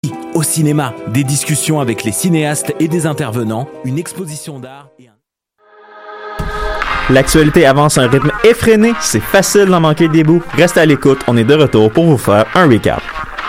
Au cinéma, des discussions avec les cinéastes et des intervenants, une exposition d'art et L'actualité avance à un rythme effréné, c'est facile d'en manquer des bouts. Restez à l'écoute, on est de retour pour vous faire un recap.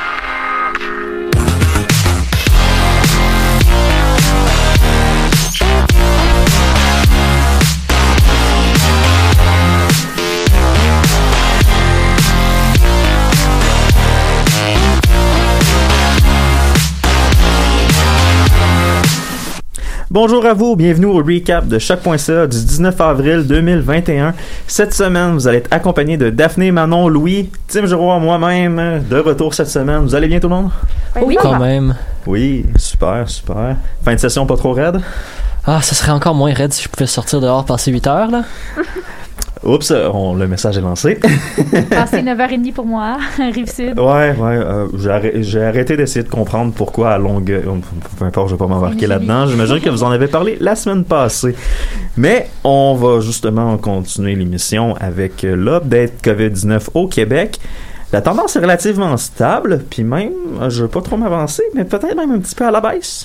Bonjour à vous, bienvenue au recap de Choc.ca du 19 avril 2021. Cette semaine, vous allez être accompagné de Daphné, Manon, Louis, Tim Giroir, moi-même, de retour cette semaine. Vous allez bien tout le monde? Oui, quand même. Oui, super, super. Fin de session pas trop raide? Ah, ça serait encore moins raide si je pouvais sortir dehors passer 8 heures, là. Oups, le message est lancé. Passer 9h30 pour moi, Rive-Sud. Ouais, j'ai arrêté d'essayer de comprendre pourquoi à Longueuil. Peu importe, je vais pas m'embarquer là-dedans. J'imagine que vous en avez parlé la semaine passée. Mais on va justement continuer l'émission avec l'update COVID-19 au Québec. La tendance est relativement stable, puis même, je veux pas trop m'avancer, mais peut-être même un petit peu à la baisse.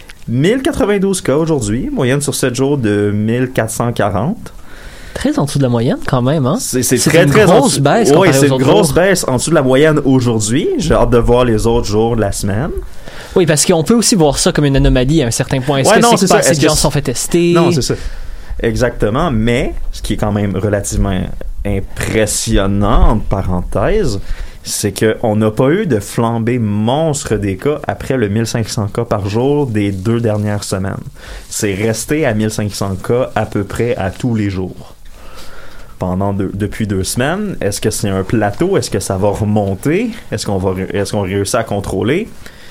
1092 cas aujourd'hui, moyenne sur 7 jours de 1440. Très en dessous de la moyenne, quand même, hein? C'est très, une très grosse baisse. Oui, c'est une grosse baisse en dessous de la moyenne aujourd'hui. J'ai hâte de voir les autres jours de la semaine. Oui, parce qu'on peut aussi voir ça comme une anomalie à un certain point. Est-ce que c'est pas assez de gens se sont fait tester? Non, c'est ça. Exactement. Mais, ce qui est quand même relativement impressionnant, entre parenthèses, c'est qu'on n'a pas eu de flambée monstre des cas après le 1500 cas par jour des 2 dernières semaines. C'est resté à 1500 cas à peu près à tous les jours. Depuis 2 semaines. Est-ce que c'est un plateau? Est-ce que ça va remonter? Est-ce qu'on réussit à contrôler?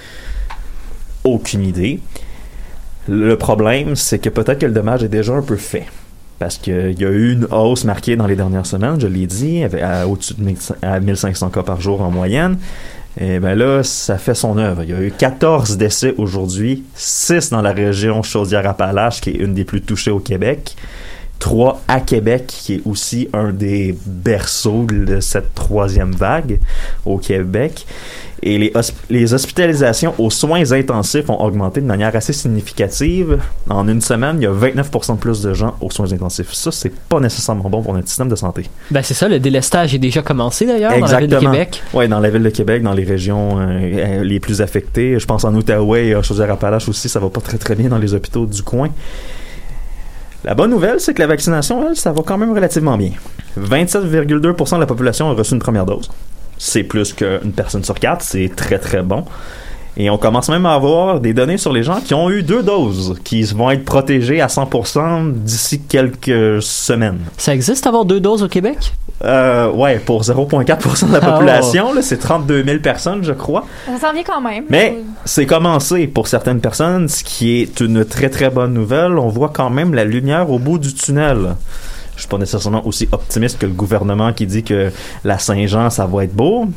Aucune idée. Le problème, c'est que peut-être que le dommage est déjà un peu fait. Parce qu'il y a eu une hausse marquée dans les dernières semaines, je l'ai dit, au-dessus de 1500 cas par jour en moyenne. Et bien là, ça fait son œuvre. Il y a eu 14 décès aujourd'hui, 6 dans la région Chaudière-Appalaches, qui est une des plus touchées au Québec. 3 à Québec, qui est aussi un des berceaux de cette 3e vague au Québec. Et les hospitalisations aux soins intensifs ont augmenté de manière assez significative. En une semaine, il y a 29% de plus de gens aux soins intensifs. Ça, c'est pas nécessairement bon pour notre système de santé. Ben c'est ça, le délestage est déjà commencé d'ailleurs dans la ville de Québec. Oui, dans la ville de Québec, dans les régions les plus affectées. Je pense en Outaouais et à Chaudière-Appalaches aussi, ça va pas très très bien dans les hôpitaux du coin. La bonne nouvelle, c'est que la vaccination, elle, ça va quand même relativement bien. 27,2% de la population a reçu une première dose. C'est plus qu'une personne sur 4, c'est très très bon. Et on commence même à avoir des données sur les gens qui ont eu 2 doses, qui vont être protégés à 100% d'ici quelques semaines. Ça existe avoir 2 doses au Québec? Ouais, pour 0,4% de la population, là, c'est 32 000 personnes, je crois. Ça s'en vient quand même. Mais c'est commencé pour certaines personnes, ce qui est une très très bonne nouvelle. On voit quand même la lumière au bout du tunnel. Je suis pas nécessairement aussi optimiste que le gouvernement qui dit que la Saint-Jean, ça va être beau.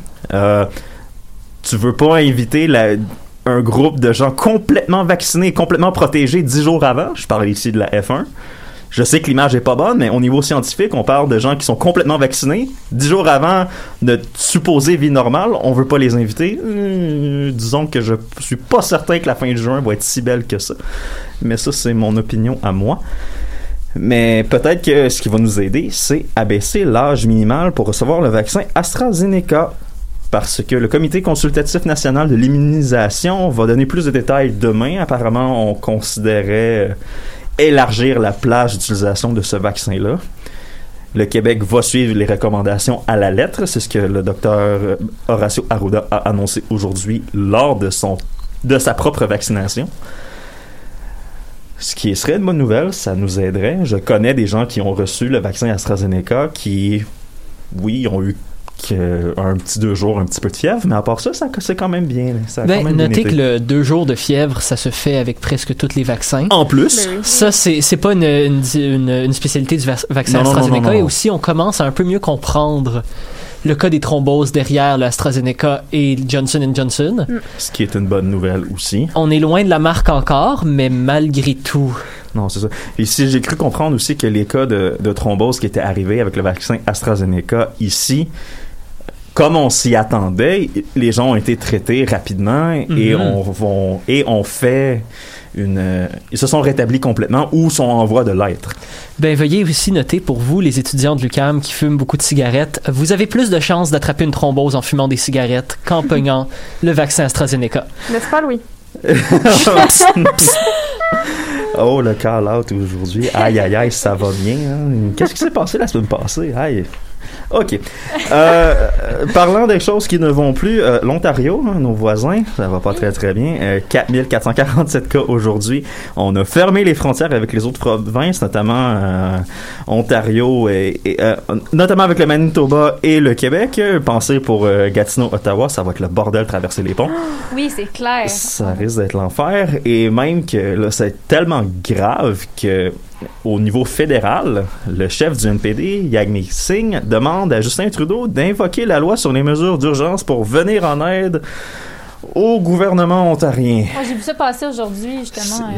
Tu veux pas inviter un groupe de gens complètement vaccinés, complètement protégés 10 jours avant. Je parle ici de la F1. Je sais que l'image est pas bonne, mais au niveau scientifique, on parle de gens qui sont complètement vaccinés. 10 jours avant de supposée vie normale, on veut pas les inviter. Disons que je suis pas certain que la fin de juin va être si belle que ça. Mais ça, c'est mon opinion à moi. Mais peut-être que ce qui va nous aider, c'est abaisser l'âge minimal pour recevoir le vaccin AstraZeneca. Parce que le Comité consultatif national de l'immunisation va donner plus de détails demain. Apparemment, on considérait élargir la plage d'utilisation de ce vaccin-là. Le Québec va suivre les recommandations à la lettre. C'est ce que le docteur Horacio Arruda a annoncé aujourd'hui lors de sa propre vaccination. Ce qui serait une bonne nouvelle, ça nous aiderait. Je connais des gens qui ont reçu le vaccin AstraZeneca qui, oui, ont eu un petit 2 jours, un petit peu de fièvre, mais à part ça, c'est quand même bien. Notez que le 2 jours de fièvre, ça se fait avec presque tous les vaccins. En plus. Ça, c'est pas une spécialité du vaccin AstraZeneca. Et aussi, on commence à un peu mieux comprendre le cas des thromboses derrière l'AstraZeneca et Johnson & Johnson. Ce qui est une bonne nouvelle aussi. On est loin de la marque encore, mais malgré tout. Non, c'est ça. Et si j'ai cru comprendre aussi que les cas de thrombose qui étaient arrivés avec le vaccin AstraZeneca ici comme on s'y attendait, les gens ont été traités rapidement et on fait ils se sont rétablis complètement ou sont en voie de l'être. Ben, veuillez aussi noter pour vous, les étudiants de l'UQAM qui fument beaucoup de cigarettes, vous avez plus de chances d'attraper une thrombose en fumant des cigarettes qu'en pognant le vaccin AstraZeneca. N'est-ce pas, Louis? Oh, le call-out aujourd'hui. Aïe, aïe, aïe, ça va bien. Hein? Qu'est-ce qui s'est passé la semaine passée? Aïe. OK. Parlant des choses qui ne vont plus, l'Ontario, nos voisins, ça va pas très très bien. 4447 cas aujourd'hui. On a fermé les frontières avec les autres provinces, notamment Ontario et notamment avec le Manitoba et le Québec. Pensez pour Gatineau, Ottawa, ça va être le bordel traverser les ponts. Oui, c'est clair. Ça risque d'être l'enfer. Et même que là, c'est tellement grave que au niveau fédéral, le chef du NPD, Jagmeet Singh, demande à Justin Trudeau d'invoquer la loi sur les mesures d'urgence pour venir en aide au gouvernement ontarien. Moi, j'ai vu ça passer aujourd'hui, justement.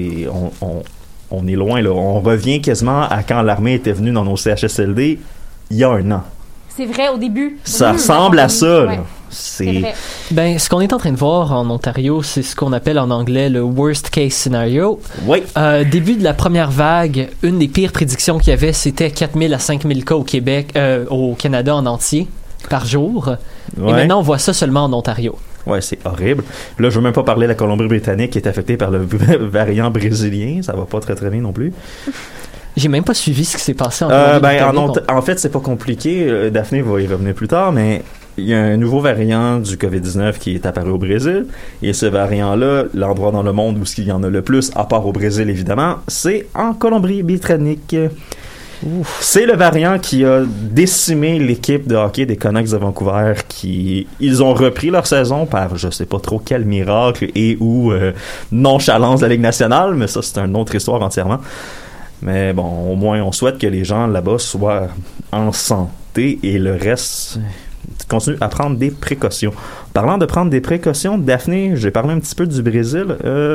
On est loin, là. On revient quasiment à quand l'armée était venue dans nos CHSLD il y a un an. C'est vrai, au début. Ça ressemble à ça, là. Ouais. C'est Ben, ce qu'on est en train de voir en Ontario, c'est ce qu'on appelle en anglais le worst case scenario. Oui. Début de la première vague, une des pires prédictions qu'il y avait, c'était 4000 à 5000 cas au Québec, au Canada en entier par jour. Ouais. Et maintenant, on voit ça seulement en Ontario. Ouais, c'est horrible. Là, je veux même pas parler de la Colombie-Britannique qui est affectée par le variant brésilien. Ça va pas très très bien non plus. J'ai même pas suivi ce qui s'est passé en Colombie-Britannique. En fait, c'est pas compliqué. Daphné va y revenir plus tard, mais il y a un nouveau variant du COVID-19 qui est apparu au Brésil. Et ce variant-là, l'endroit dans le monde où il y en a le plus, à part au Brésil évidemment, c'est en Colombie-Britannique. C'est le variant qui a décimé l'équipe de hockey des Canucks de Vancouver ils ont repris leur saison par je sais pas trop quel miracle et ou nonchalance de la Ligue nationale, mais ça c'est une autre histoire entièrement. Mais bon, au moins on souhaite que les gens là-bas soient en santé et le reste continue à prendre des précautions. Parlant de prendre des précautions, Daphné, j'ai parlé un petit peu du Brésil.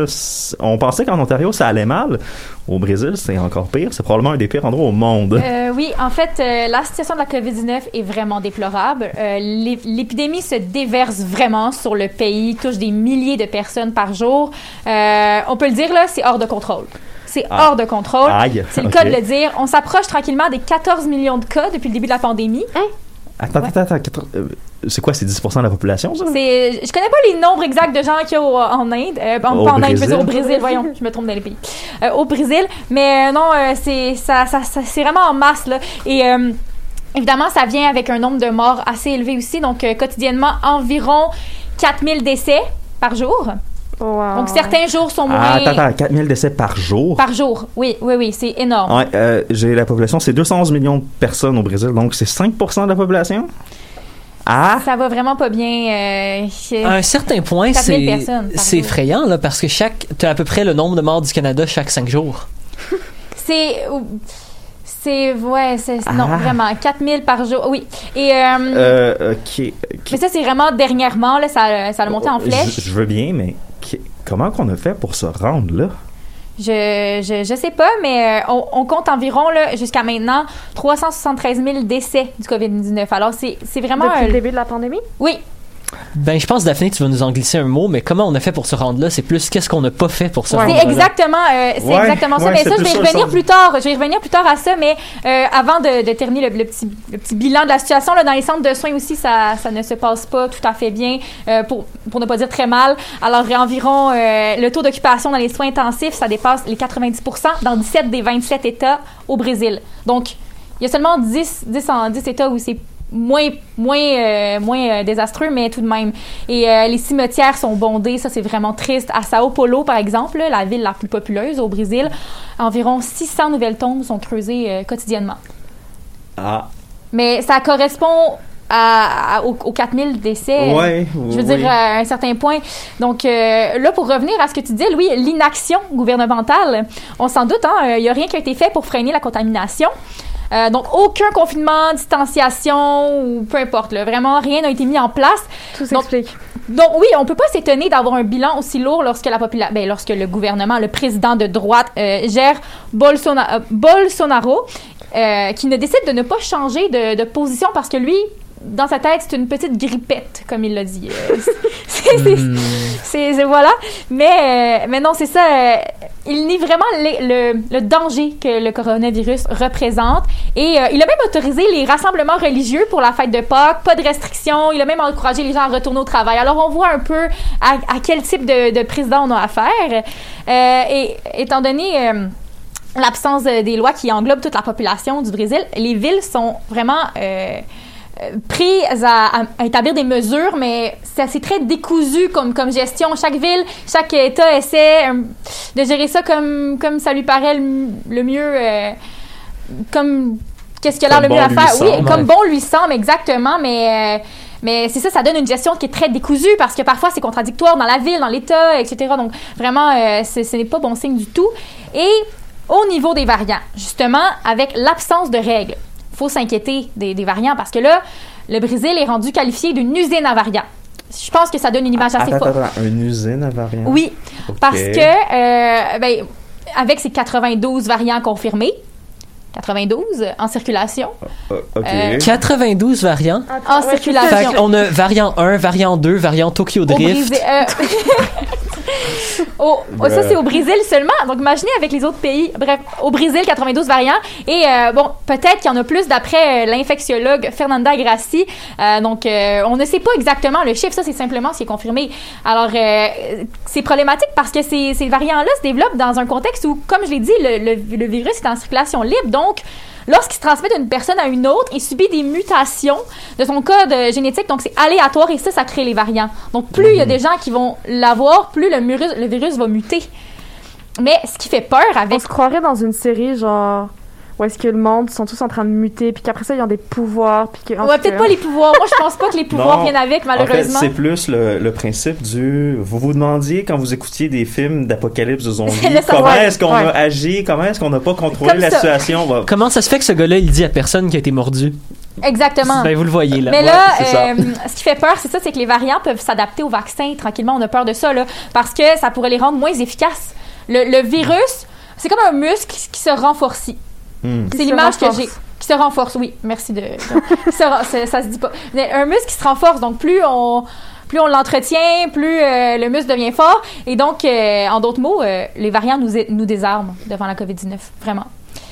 On pensait qu'en Ontario, ça allait mal. Au Brésil, c'est encore pire. C'est probablement un des pires endroits au monde. Oui, en fait, la situation de la COVID-19 est vraiment déplorable. L'épidémie se déverse vraiment sur le pays, touche des milliers de personnes par jour. On peut le dire, là, c'est hors de contrôle. C'est hors de contrôle. Aïe, c'est le cas de le dire. On s'approche tranquillement des 14 millions de cas depuis le début de la pandémie. Hein? Attends, c'est quoi, c'est 10% de la population, ça? Je connais pas les nombres exacts de gens qu'il y a en Inde. Pas en Inde, je veux dire au Brésil, voyons, je me trompe dans les pays. Au Brésil, mais non, c'est vraiment en masse, là. Et évidemment, ça vient avec un nombre de morts assez élevé aussi. Donc, quotidiennement, environ 4000 décès par jour. Wow. Donc, certains jours sont moins... Attends, 4000 décès par jour? Par jour, oui, c'est énorme. Ouais, j'ai la population, c'est 211 millions de personnes au Brésil, donc c'est 5% de la population? Ça va vraiment pas bien. À un certain point, c'est effrayant, là, parce que tu as à peu près le nombre de morts du Canada chaque 5 jours. Non, vraiment, 4000 par jour, oui. Et, OK. Mais ça, c'est vraiment dernièrement, là, ça a monté en flèche. Je veux bien, mais comment qu'on a fait pour se rendre là? Je sais pas, mais on compte environ, là, jusqu'à maintenant, 373 000 décès du COVID-19. Alors, c'est vraiment... Depuis le début de la pandémie? Oui. Ben, je pense, Daphné, tu vas nous en glisser un mot, mais comment on a fait pour se rendre là? C'est plus qu'est-ce qu'on n'a pas fait pour se rendre là. C'est exactement ça. Mais ça, je vais y revenir plus tard. Je vais y revenir plus tard à ça, mais avant de terminer le petit bilan de la situation, là, dans les centres de soins aussi, ça ne se passe pas tout à fait bien, pour ne pas dire très mal. Alors, environ, le taux d'occupation dans les soins intensifs, ça dépasse les 90% dans 17 des 27 États au Brésil. Donc, il y a seulement 10 États où c'est moins désastreux, mais tout de même. Et les cimetières sont bondés, ça c'est vraiment triste. À Sao Paulo, par exemple, la ville la plus populeuse au Brésil, environ 600 nouvelles tombes sont creusées quotidiennement. Mais ça correspond aux 4000 décès. Je veux dire, à un certain point. Donc, là, pour revenir à ce que tu dis, Louis, l'inaction gouvernementale, on s'en doute, il n'y a rien qui a été fait pour freiner la contamination. Donc, aucun confinement, distanciation ou peu importe. Là, vraiment, rien n'a été mis en place. Tout s'explique. Donc, oui, on peut pas s'étonner d'avoir un bilan aussi lourd lorsque lorsque le gouvernement, le président de droite, Jair Bolsonaro, qui ne décide de ne pas changer de position parce que lui, dans sa tête, c'est une petite grippette, comme il l'a dit. Voilà. Mais non, c'est ça. Il nie vraiment le danger que le coronavirus représente. Et il a même autorisé les rassemblements religieux pour la fête de Pâques, pas de restrictions. Il a même encouragé les gens à retourner au travail. Alors, on voit un peu à quel type de président on a affaire. Et étant donné l'absence des lois qui englobent toute la population du Brésil, les villes sont vraiment prises à établir des mesures, mais c'est très décousu comme gestion. Chaque ville, chaque État essaie de gérer ça comme ça lui paraît le mieux, comme qu'est-ce qui a l'air le mieux à faire. Oui, comme bon lui semble, exactement, mais c'est ça, ça donne une gestion qui est très décousue parce que parfois c'est contradictoire dans la ville, dans l'État, etc. Donc vraiment, ce n'est pas bon signe du tout. Et au niveau des variants, justement, avec l'absence de règles, il faut s'inquiéter des variants parce que là, le Brésil est rendu qualifié d'une usine à variants. Je pense que ça donne une image assez forte. Une usine à variants? Oui, parce que avec ces 92 variants confirmés, 92 en circulation. 92 variants en circulation. Fait qu'on a variant 1, variant 2, variant Tokyo Drift. Ça, c'est au Brésil seulement. Donc, imaginez avec les autres pays. Bref, au Brésil, 92 variants. Et peut-être qu'il y en a plus d'après l'infectiologue Fernanda Grassi. Donc, on ne sait pas exactement le chiffre. Ça, c'est simplement ce qui est confirmé. Alors, c'est problématique parce que ces variants-là se développent dans un contexte où, comme je l'ai dit, le virus est en circulation libre. Donc, lorsqu'il se transmet d'une personne à une autre, il subit des mutations de son code génétique. Donc, c'est aléatoire et ça crée les variants. Donc, plus il y a des gens qui vont l'avoir, plus le virus va muter. Mais ce qui fait peur avec... On se croirait dans une série, genre... Où est-ce que le monde sont tous en train de muter, puis qu'après ça, ils ont des pouvoirs, puis que... Ouais, peut-être pas les pouvoirs. Moi, je pense pas que les pouvoirs viennent avec, malheureusement. En fait, c'est plus le principe du... Vous vous demandiez, quand vous écoutiez des films d'apocalypse de zombies, comment est-ce qu'on a agi, comment est-ce qu'on n'a pas contrôlé la situation? Comment ça se fait que ce gars-là, il dit à personne qu'il a été mordu? Exactement. Ben, vous le voyez, là. Mais là, ce qui fait peur, c'est que les variants peuvent s'adapter au vaccin tranquillement. On a peur de ça, là, parce que ça pourrait les rendre moins efficaces. Le virus, c'est comme un muscle qui se renforce. C'est l'image que j'ai. Qui se renforce, oui. Merci ça se dit pas. Mais un muscle qui se renforce, donc plus on l'entretient, plus le muscle devient fort. Et donc, en d'autres mots, les variants nous désarment devant la COVID-19, vraiment.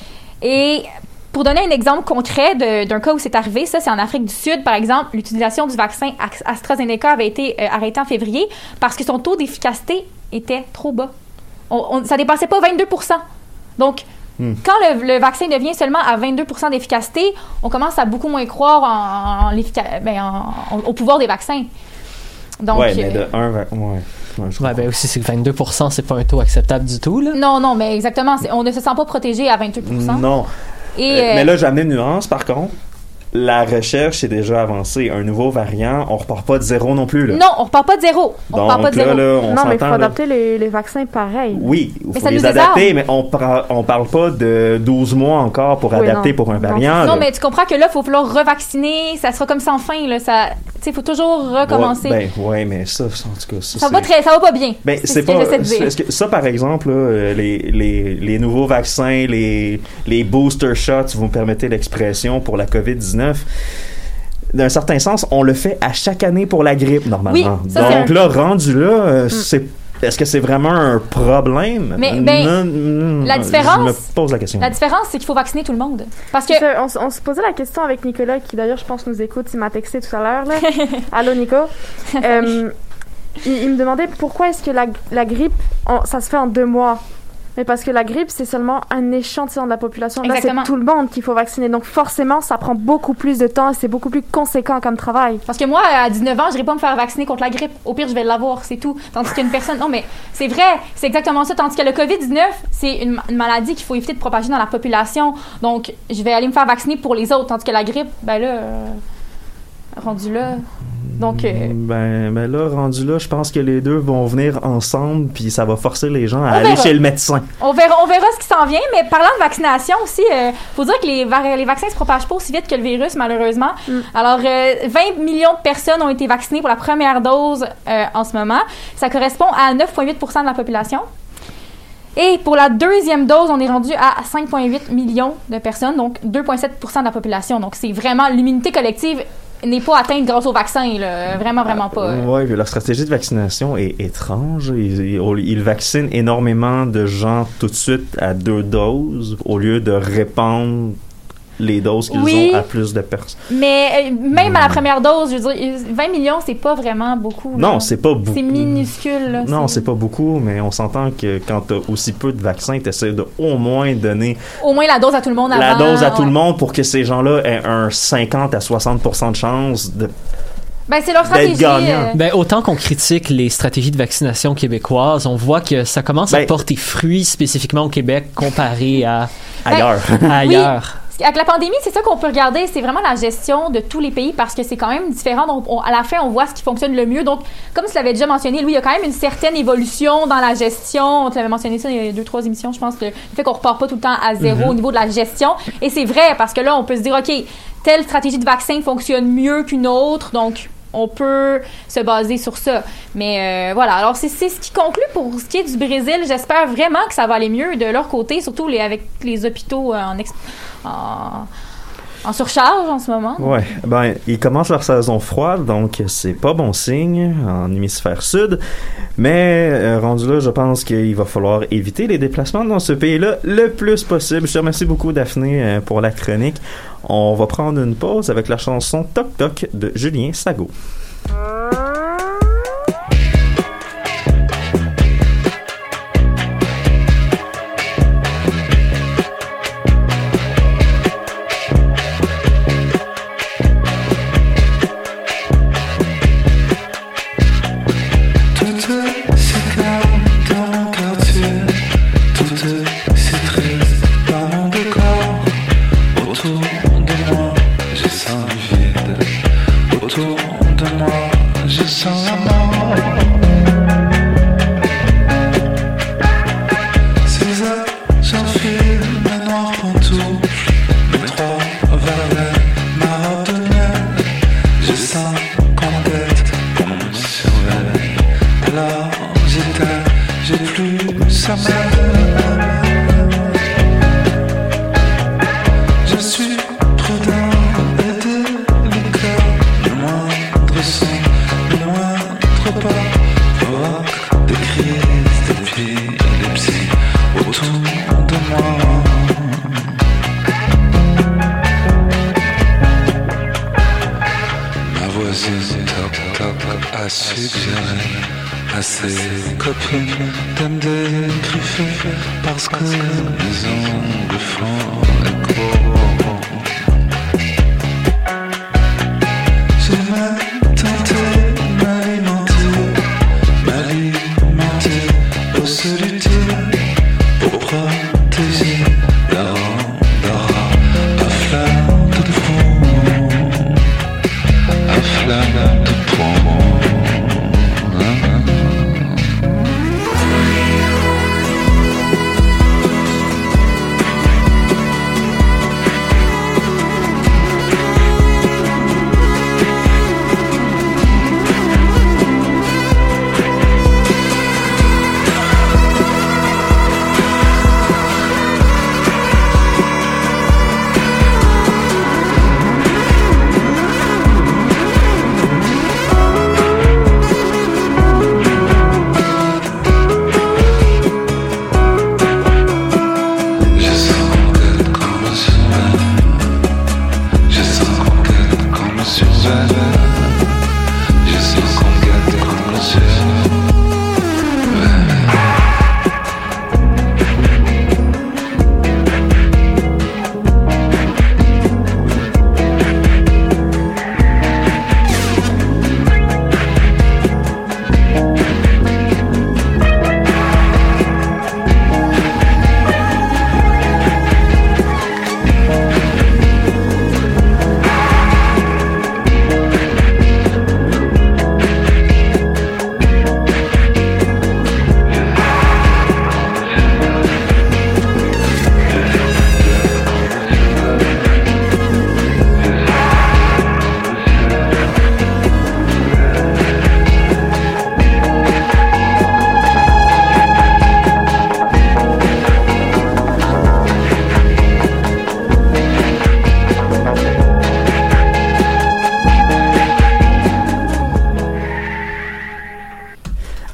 Et pour donner un exemple concret d'un cas où c'est arrivé, ça, c'est en Afrique du Sud, par exemple, l'utilisation du vaccin AstraZeneca avait été arrêtée en février parce que son taux d'efficacité était trop bas. Ça dépassait pas 22%. Donc, quand le vaccin devient seulement à 22% d'efficacité, on commence à beaucoup moins croire au pouvoir des vaccins. Donc, mais de 1... ben aussi, c'est que 22%, c'est pas un taux acceptable du tout, là. Non, mais exactement. On ne se sent pas protégé à 28%. Non. Mais là, j'ai amené une nuance, par contre. La recherche est déjà avancée. Un nouveau variant, on repart pas de zéro non plus, là. Non, on repart pas de zéro. On mais il faut adapter les vaccins pareil. Oui, il faut les adapter, mais on parle pas de 12 mois encore pour adapter pour un variant. Non, mais tu comprends que là, il faut falloir revacciner. Ça sera comme sans fin, là. Il faut toujours recommencer. Mais ça, en tout cas... Ça va pas bien. C'est pas... Ça, par exemple, là, les nouveaux vaccins, les booster shots, si vous me permettez l'expression, pour la COVID-19, d'un certain sens, on le fait à chaque année pour la grippe, normalement. Oui, ça, donc là, rendu là, est-ce que c'est vraiment un problème? Mais la différence... Je me pose la question. La différence, c'est qu'il faut vacciner tout le monde. Parce que... On se posait la question avec Nicolas, qui d'ailleurs, je pense, nous écoute. Il m'a texté tout à l'heure, là. Allô, Nico? Il me demandait pourquoi est-ce que la grippe, ça se fait en 2 mois. Mais parce que la grippe, c'est seulement un échantillon de la population. Exactement. Là, c'est tout le monde qu'il faut vacciner. Donc, forcément, ça prend beaucoup plus de temps et c'est beaucoup plus conséquent comme travail. Parce que moi, à 19 ans, je n'irai pas me faire vacciner contre la grippe. Au pire, je vais l'avoir, c'est tout. Tandis qu'une personne... Non, mais c'est vrai, c'est exactement ça. Tandis que le COVID-19, c'est une maladie qu'il faut éviter de propager dans la population. Donc, je vais aller me faire vacciner pour les autres. Tandis que la grippe, rendu là... Donc, là, rendu là, je pense que les deux vont venir ensemble, puis ça va forcer les gens à aller chez le médecin. On verra ce qui s'en vient, mais parlant de vaccination aussi, faut dire que les vaccins se propagent pas aussi vite que le virus, malheureusement. Alors, 20 millions de personnes ont été vaccinées pour la première dose en ce moment. Ça correspond à 9,8% de la population. Et pour la deuxième dose, on est rendu à 5,8 millions de personnes, donc 2,7% de la population. Donc, c'est vraiment l'immunité collective n'est pas atteinte grâce au vaccin, là. Vraiment pas. Oui, leur stratégie de vaccination est étrange. Ils vaccinent énormément de gens tout de suite à 2 doses au lieu de répandre les doses qu'ils ont à plus de personnes. Mais même à la première dose, je veux dire, 20 millions, c'est pas vraiment beaucoup. Non, là. C'est pas beaucoup. C'est minuscule. Là, non, c'est pas beaucoup, mais on s'entend que quand t'as aussi peu de vaccins, t'essaies de au moins donner... Au moins la dose à tout le monde avant. La dose à tout le monde pour que ces gens-là aient un 50 à 60% de chance de... Ben, c'est leur stratégie. Ben, autant qu'on critique les stratégies de vaccination québécoises, on voit que ça commence à porter fruit spécifiquement au Québec comparé à ailleurs. Oui. Avec la pandémie, c'est ça qu'on peut regarder, c'est vraiment la gestion de tous les pays parce que c'est quand même différent. Donc, à la fin, on voit ce qui fonctionne le mieux. Donc, comme tu l'avais déjà mentionné, Louis, il y a quand même une certaine évolution dans la gestion. On te l'avait mentionné ça il y a 2-3 émissions, je pense, le fait qu'on repart pas tout le temps à zéro au niveau de la gestion. Et c'est vrai parce que là, on peut se dire, OK, telle stratégie de vaccin fonctionne mieux qu'une autre, donc on peut se baser sur ça. Mais voilà, alors c'est ce qui conclut pour ce qui est du Brésil. J'espère vraiment que ça va aller mieux de leur côté, surtout avec les hôpitaux en surcharge en ce moment. Ouais, ben ils commencent leur saison froide, donc c'est pas bon signe en hémisphère sud. Mais rendu là, je pense qu'il va falloir éviter les déplacements dans ce pays-là le plus possible. Je te remercie beaucoup, Daphné, pour la chronique. On va prendre une pause avec la chanson Toc Toc de Julien Sago.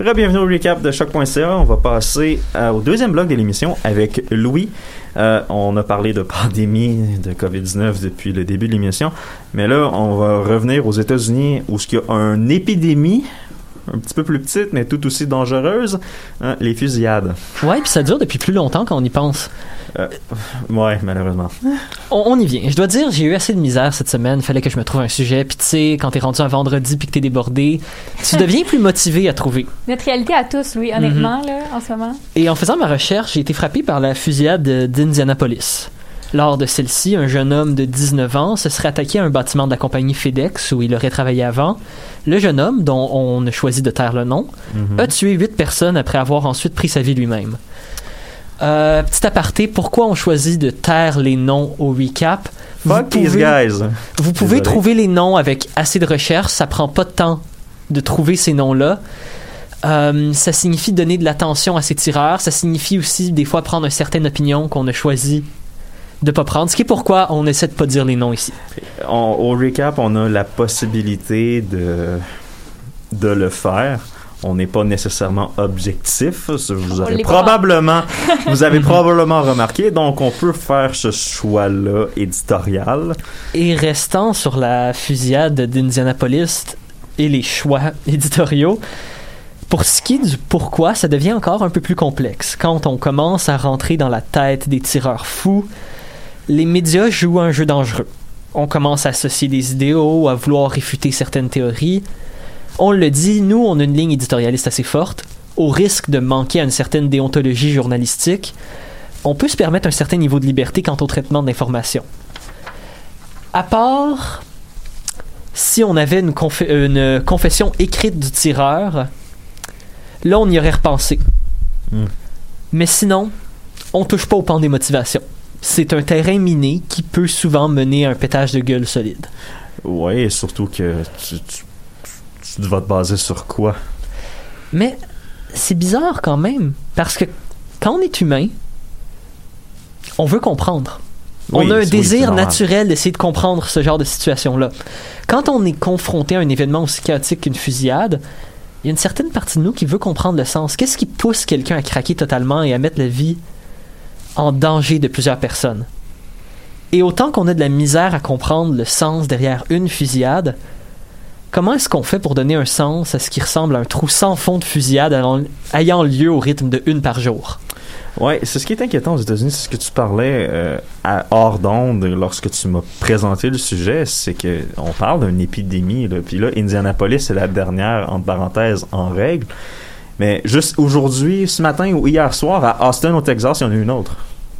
Bienvenue au recap de Choc.ca. On va passer au deuxième bloc de l'émission avec Louis. On a parlé de pandémie de COVID-19 depuis le début de l'émission, mais là, on va revenir aux États-Unis où il y a une épidémie un petit peu plus petite, mais tout aussi dangereuse, hein, les fusillades. Ouais, puis ça dure depuis plus longtemps quand on y pense. Ouais, malheureusement. On y vient. Je dois dire, j'ai eu assez de misère cette semaine. Il fallait que je me trouve un sujet. Puis tu sais, quand t'es rendu un vendredi puis que t'es débordé, tu deviens plus motivé à trouver. Notre réalité à tous, oui, honnêtement, là, en ce moment. Et en faisant ma recherche, j'ai été frappé par la fusillade d'Indianapolis. Lors de celle-ci, un jeune homme de 19 ans se serait attaqué à un bâtiment de la compagnie FedEx où il aurait travaillé avant. Le jeune homme, dont on a choisi de taire le nom, a tué 8 personnes après avoir ensuite pris sa vie lui-même. Petit aparté, pourquoi on choisit de taire les noms au recap? Fuck these guys! Vous pouvez trouver les noms avec assez de recherche, ça prend pas de temps de trouver ces noms-là. Ça signifie donner de l'attention à ces tireurs, ça signifie aussi des fois prendre une certaine opinion qu'on a choisi de pas prendre, ce qui est pourquoi on essaie de pas dire les noms ici. Au recap, on a la possibilité de le faire. On n'est pas nécessairement objectif. Vous avez probablement remarqué. Donc, on peut faire ce choix-là éditorial. Et restant sur la fusillade d'Indianapolis et les choix éditoriaux, pour ce qui est du pourquoi, ça devient encore un peu plus complexe. Quand on commence à rentrer dans la tête des tireurs fous, les médias jouent un jeu dangereux. On commence à associer des idéaux, à vouloir réfuter certaines théories. On le dit, nous, on a une ligne éditorialiste assez forte. Au risque de manquer à une certaine déontologie journalistique, on peut se permettre un certain niveau de liberté quant au traitement de l'information. À part si on avait une confession écrite du tireur, là, on y aurait repensé. Mais sinon, on touche pas au pan des motivations. C'est un terrain miné qui peut souvent mener à un pétage de gueule solide. Oui, et surtout que tu vas te baser sur quoi? Mais c'est bizarre quand même, parce que quand on est humain, on veut comprendre. On a un désir naturel d'essayer de comprendre ce genre de situation-là. Quand on est confronté à un événement aussi chaotique qu'une fusillade, il y a une certaine partie de nous qui veut comprendre le sens. Qu'est-ce qui pousse quelqu'un à craquer totalement et à mettre la vie en danger de plusieurs personnes? Et autant qu'on a de la misère à comprendre le sens derrière une fusillade, comment est-ce qu'on fait pour donner un sens à ce qui ressemble à un trou sans fond de fusillade ayant lieu au rythme de 1 par jour? Oui, c'est ce qui est inquiétant aux États-Unis, c'est ce que tu parlais hors d'onde lorsque tu m'as présenté le sujet, c'est que on parle d'une épidémie, là, puis là, Indianapolis, c'est la dernière, entre parenthèses, en règle. Mais juste aujourd'hui, ce matin ou hier soir, à Austin, au Texas, il y en a une autre.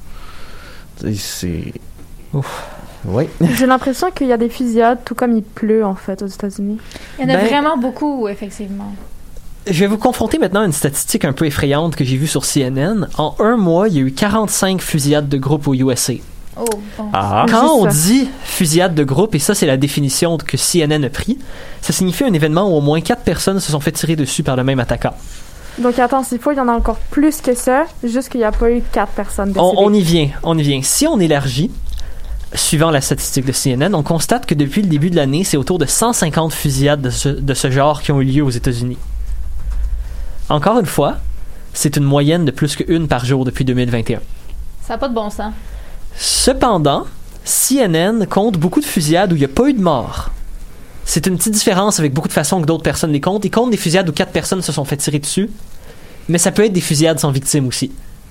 C'est... Ouf. Oui. J'ai l'impression qu'il y a des fusillades, tout comme il pleut, en fait, aux États-Unis. Il y en a vraiment beaucoup, effectivement. Je vais vous confronter maintenant à une statistique un peu effrayante que j'ai vue sur CNN. En 1 mois, il y a eu 45 fusillades de groupe au USA. Oh, bon. Quand on dit fusillade de groupe, et ça c'est la définition que CNN a pris, ça signifie un événement où au moins 4 personnes se sont fait tirer dessus par le même attaquant. Donc attends, s'il faut, il y en a encore plus que ça, juste qu'il n'y a pas eu 4 personnes décédées. On y vient. Si on élargit, suivant la statistique de CNN, on constate que depuis le début de l'année, c'est autour de 150 fusillades de ce genre qui ont eu lieu aux États-Unis. Encore une fois, c'est une moyenne de plus qu'une par jour depuis 2021. Ça n'a pas de bon sens. Cependant, CNN compte beaucoup de fusillades où il n'y a pas eu de mort. C'est une petite différence avec beaucoup de façons que d'autres personnes les comptent. Ils comptent des fusillades où 4 personnes se sont fait tirer dessus, mais ça peut être des fusillades sans victime aussi.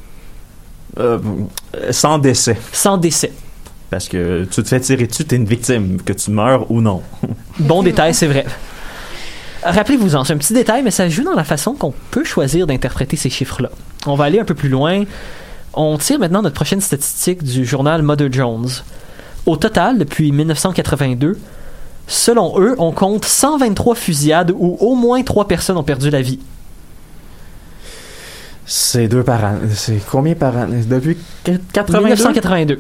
Sans décès. Sans décès. Parce que tu te fais tirer dessus, t'es une victime, que tu meurs ou non. Bon détail, c'est vrai. Rappelez-vous-en, c'est un petit détail, mais ça joue dans la façon qu'on peut choisir d'interpréter ces chiffres-là. On va aller un peu plus loin. On tire maintenant notre prochaine statistique du journal Mother Jones. Au total, depuis 1982, selon eux, on compte 123 fusillades où au moins 3 personnes ont perdu la vie. C'est 2 par an. C'est combien par an? Depuis 1982.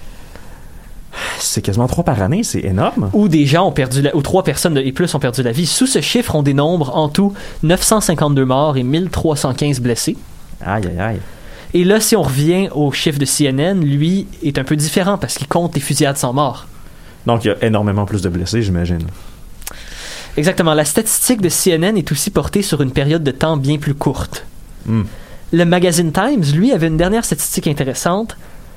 C'est quasiment 3 par année, c'est énorme. Où des gens ont perdu ou 3 personnes et plus ont perdu la vie. Sous ce chiffre, on dénombre en tout 952 morts et 1315 blessés. Aïe, aïe, aïe. Et là, si on revient au chiffre de CNN, lui est un peu différent parce qu'il compte les fusillades sans mort. Donc, il y a énormément plus de blessés, j'imagine. Exactement. La statistique de CNN est aussi portée sur une période de temps bien plus courte. Le magazine Times, lui, avait une dernière statistique intéressante,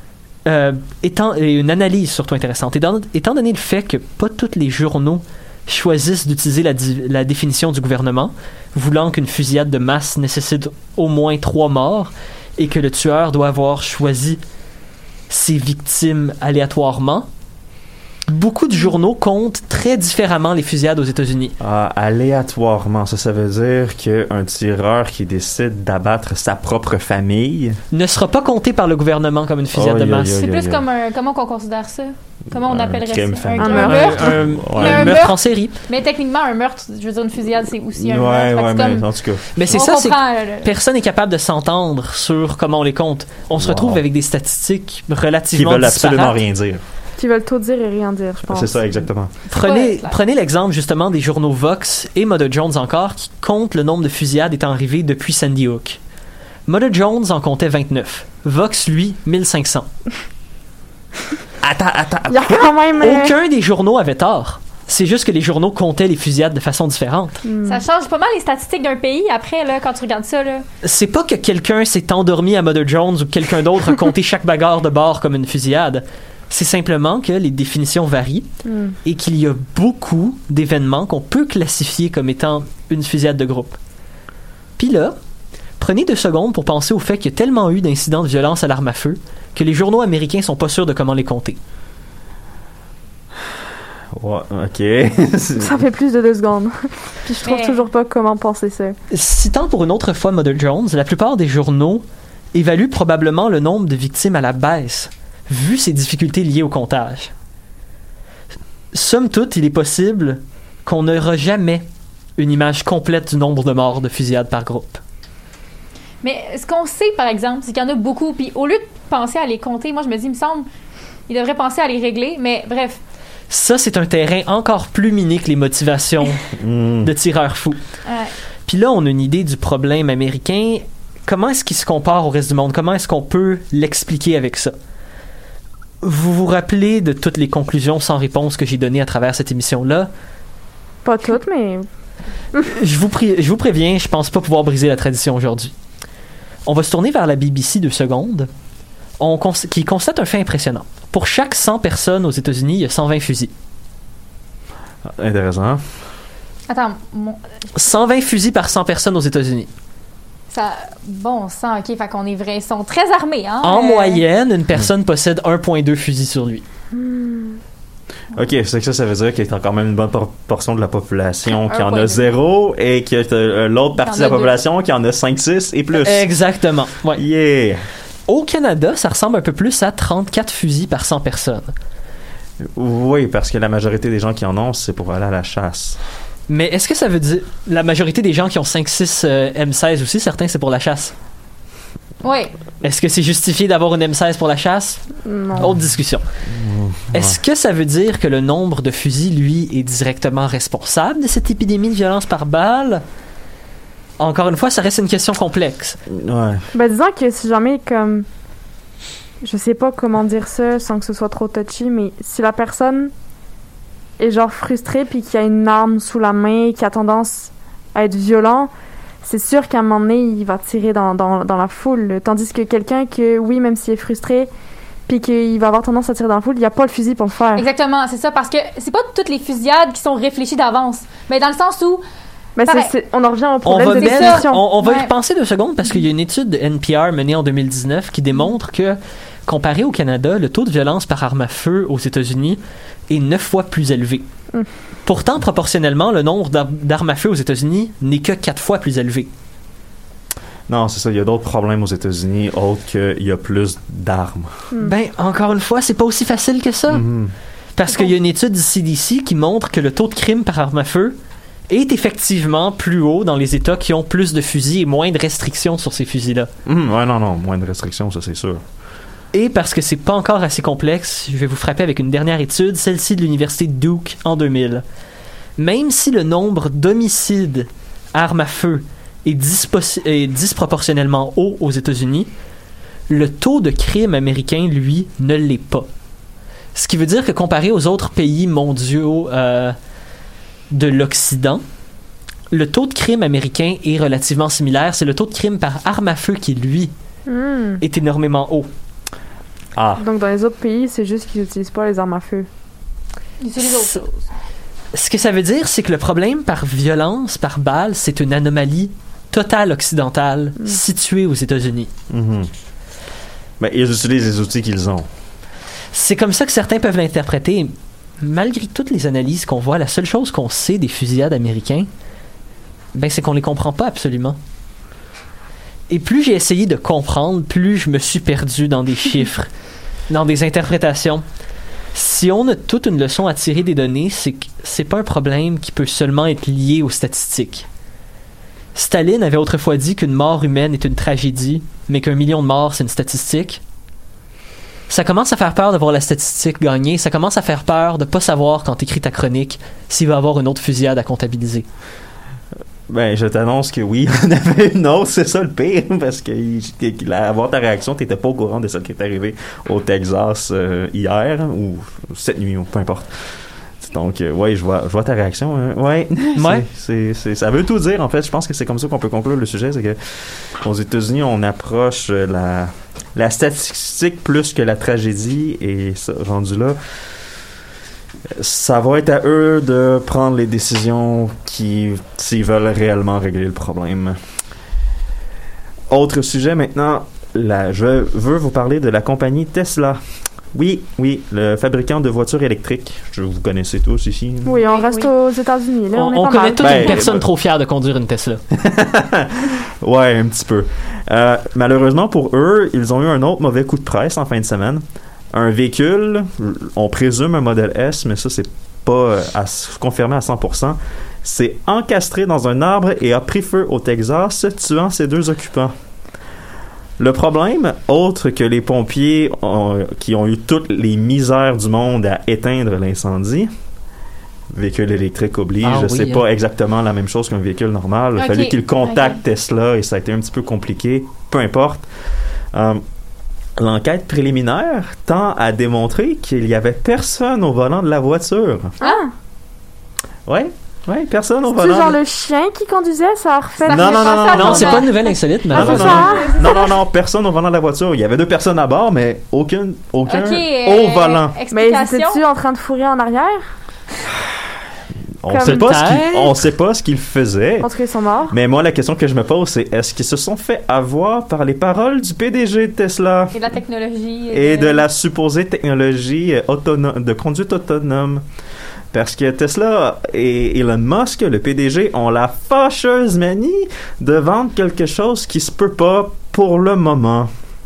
et une analyse surtout intéressante. Étant donné le fait que pas tous les journaux choisissent d'utiliser la définition du gouvernement, voulant qu'une fusillade de masse nécessite au moins 3 morts et que le tueur doit avoir choisi ses victimes aléatoirement, beaucoup de journaux comptent très différemment les fusillades aux États-Unis. Aléatoirement, ça veut dire qu'un tireur qui décide d'abattre sa propre famille ne sera pas compté par le gouvernement comme une fusillade de masse. C'est plus comme comment qu'on considère ça? Comment on appellerait ça? Un meurtre. Un meurtre en série. Mais techniquement, un meurtre, je veux dire, une fusillade, c'est aussi un meurtre. Ouais, mais en tout cas. Mais c'est ça, personne n'est capable de s'entendre sur comment on les compte. On se retrouve avec des statistiques relativement disparates. Qui veulent absolument rien dire. Qui veulent tout dire et rien dire, je pense. C'est ça, exactement. Prenez l'exemple justement des journaux Vox et Mother Jones encore qui comptent le nombre de fusillades étant arrivées depuis Sandy Hook. Mother Jones en comptait 29. Vox, lui, 1500. Attends. Il y a quand même... Aucun des journaux avait tort. C'est juste que les journaux comptaient les fusillades de façon différente. Ça change pas mal les statistiques d'un pays après, là, quand tu regardes ça. Là. C'est pas que quelqu'un s'est endormi à Mother Jones ou que quelqu'un d'autre a compté chaque bagarre de bar comme une fusillade. C'est simplement que les définitions varient et qu'il y a beaucoup d'événements qu'on peut classifier comme étant une fusillade de groupe. Puis là, prenez 2 secondes pour penser au fait qu'il y a tellement eu d'incidents de violence à l'arme à feu que les journaux américains sont pas sûrs de comment les compter. Ouais, ok. Ça fait plus de 2 secondes. Puis je trouve toujours pas comment penser ça. Citant pour une autre fois Mother Jones, la plupart des journaux évaluent probablement le nombre de victimes à la baisse, vu ces difficultés liées au comptage. Somme toute, il est possible qu'on n'aura jamais une image complète du nombre de morts de fusillades par groupe. Mais ce qu'on sait, par exemple, c'est qu'il y en a beaucoup. Puis au lieu de penser à les compter, moi, je me dis, il me semble, ils devraient penser à les régler. Mais bref. Ça, c'est un terrain encore plus miné que les motivations de tireurs fous. Ouais. Puis là, on a une idée du problème américain. Comment est-ce qu'il se compare au reste du monde? Comment est-ce qu'on peut l'expliquer avec ça? Vous vous rappelez de toutes les conclusions sans réponse que j'ai données à travers cette émission-là? Pas toutes, mais... je vous préviens, je pense pas pouvoir briser la tradition aujourd'hui. On va se tourner vers la BBC 2 secondes, qui constate un fait impressionnant. Pour chaque 100 personnes aux États-Unis, il y a 120 fusils. Intéressant. Attends. 120 fusils par 100 personnes aux États-Unis. Ça, bon sang, ok, fait qu'on est vrai. Ils sont très armés, hein? En moyenne, une personne possède 1,2 fusils sur lui. Ok, c'est que ça veut dire qu'il y a quand même une bonne portion de la population qui en a 0 et qu'il y a l'autre partie de la population qui en a 5, 6 et plus. Exactement. Ouais. Yeah! Au Canada, ça ressemble un peu plus à 34 fusils par 100 personnes. Oui, parce que la majorité des gens qui en ont, c'est pour aller à la chasse. Mais est-ce que ça veut dire... La majorité des gens qui ont 5-6 M16 aussi, certains, c'est pour la chasse? Oui. Est-ce que c'est justifié d'avoir une M16 pour la chasse? Non. Autre discussion. Est-ce que ça veut dire que le nombre de fusils, lui, est directement responsable de cette épidémie de violence par balle? Encore une fois, ça reste une question complexe. Ouais. Ben, disons que si jamais, comme... Je sais pas comment dire ça sans que ce soit trop touchy, mais si la personne est genre frustrée puis qui a une arme sous la main, qui a tendance à être violent, c'est sûr qu'à un moment donné, il va tirer dans la foule. Tandis que quelqu'un que, oui, même s'il est frustré, puis qu'il va avoir tendance à tirer dans la foule, il n'y a pas le fusil pour le faire. Exactement, c'est ça, parce que c'est pas toutes les fusillades qui sont réfléchies d'avance, mais dans le sens où... Mais on en revient au problème de définition. On va y repenser 2 secondes parce qu'il y a une étude de NPR menée en 2019 qui démontre que, comparé au Canada, le taux de violence par arme à feu aux États-Unis est 9 fois plus élevé. Pourtant, proportionnellement, le nombre d'armes à feu aux États-Unis n'est que 4 fois plus élevé. Non, c'est ça. Il y a d'autres problèmes aux États-Unis autres qu'il y a plus d'armes. Ben, encore une fois, c'est pas aussi facile que ça. Parce qu'il y a une étude du CDC qui montre que le taux de crime par arme à feu est effectivement plus haut dans les États qui ont plus de fusils et moins de restrictions sur ces fusils-là. Ouais, non, moins de restrictions, ça c'est sûr. Et parce que c'est pas encore assez complexe, je vais vous frapper avec une dernière étude, celle-ci de l'université de Duke en 2000. Même si le nombre d'homicides armes à feu est disproportionnellement haut aux États-Unis, le taux de crime américain, lui, ne l'est pas. Ce qui veut dire que comparé aux autres pays mondiaux de l'Occident, le taux de crime américain est relativement similaire. C'est le taux de crime par arme à feu qui, lui, est énormément haut. Ah. Donc, dans les autres pays, c'est juste qu'ils n'utilisent pas les armes à feu. Ils utilisent autre chose. Ce que ça veut dire, c'est que le problème par violence, par balle, c'est une anomalie totale occidentale située aux États-Unis. Ben, ils utilisent les outils qu'ils ont. C'est comme ça que certains peuvent l'interpréter. Malgré toutes les analyses qu'on voit, la seule chose qu'on sait des fusillades américains, ben, c'est qu'on les comprend pas absolument. Et plus j'ai essayé de comprendre, plus je me suis perdu dans des chiffres, dans des interprétations. Si on a toute une leçon à tirer des données, c'est que c'est pas un problème qui peut seulement être lié aux statistiques. Staline avait autrefois dit qu'une mort humaine est une tragédie, mais qu'1 million de morts, c'est une statistique. Ça commence à faire peur de voir la statistique gagner. Ça commence à faire peur de pas savoir quand t'écris ta chronique s'il va y avoir une autre fusillade à comptabiliser. Ben, je t'annonce que oui, on avait une autre, c'est ça le pire, parce que avoir ta réaction, t'étais pas au courant de ce qui est arrivé au Texas hier, ou cette nuit, ou peu importe. Donc, ouais, je vois ta réaction. Ouais. Ça veut tout dire, en fait. Je pense que c'est comme ça qu'on peut conclure le sujet. C'est que aux États-Unis, on approche la statistique plus que la tragédie. Et ça, rendu là, ça va être à eux de prendre les décisions s'ils veulent réellement régler le problème. Autre sujet maintenant. Je veux vous parler de la compagnie Tesla. Oui, le fabricant de voitures électriques. Vous connaissez tous ici. Oui, on reste aux États-Unis. Là, on connaît toute une personne trop fière de conduire une Tesla. Ouais, un petit peu. Malheureusement pour eux, ils ont eu un autre mauvais coup de presse en fin de semaine. Un véhicule, on présume un modèle S, mais ça, c'est pas confirmé à 100%, s'est encastré dans un arbre et a pris feu au Texas, tuant ses 2 occupants. Le problème, autre que les pompiers qui ont eu toutes les misères du monde à éteindre l'incendie, véhicule électrique oblige, c'est pas exactement la même chose qu'un véhicule normal. Il a fallu qu'ils contactent Tesla et ça a été un petit peu compliqué. Peu importe. L'enquête préliminaire tend à démontrer qu'il y avait personne au volant de la voiture. Ah! Ouais, personne au volant. C'est genre le chien qui conduisait, ça a refait... Non, c'est pas une nouvelle insolite. Non, personne au volant de la voiture. Il y avait 2 personnes à bord, mais aucun au volant. Mais étais-tu en train de fourrer en arrière? On sait pas ce qu'ils faisaient. En tout cas, ils sont morts. Mais moi, la question que je me pose, c'est est-ce qu'ils se sont fait avoir par les paroles du PDG de Tesla? Et de la technologie. Et de la supposée technologie de conduite autonome. Parce que Tesla et Elon Musk, le PDG, ont la fâcheuse manie de vendre quelque chose qui se peut pas pour le moment.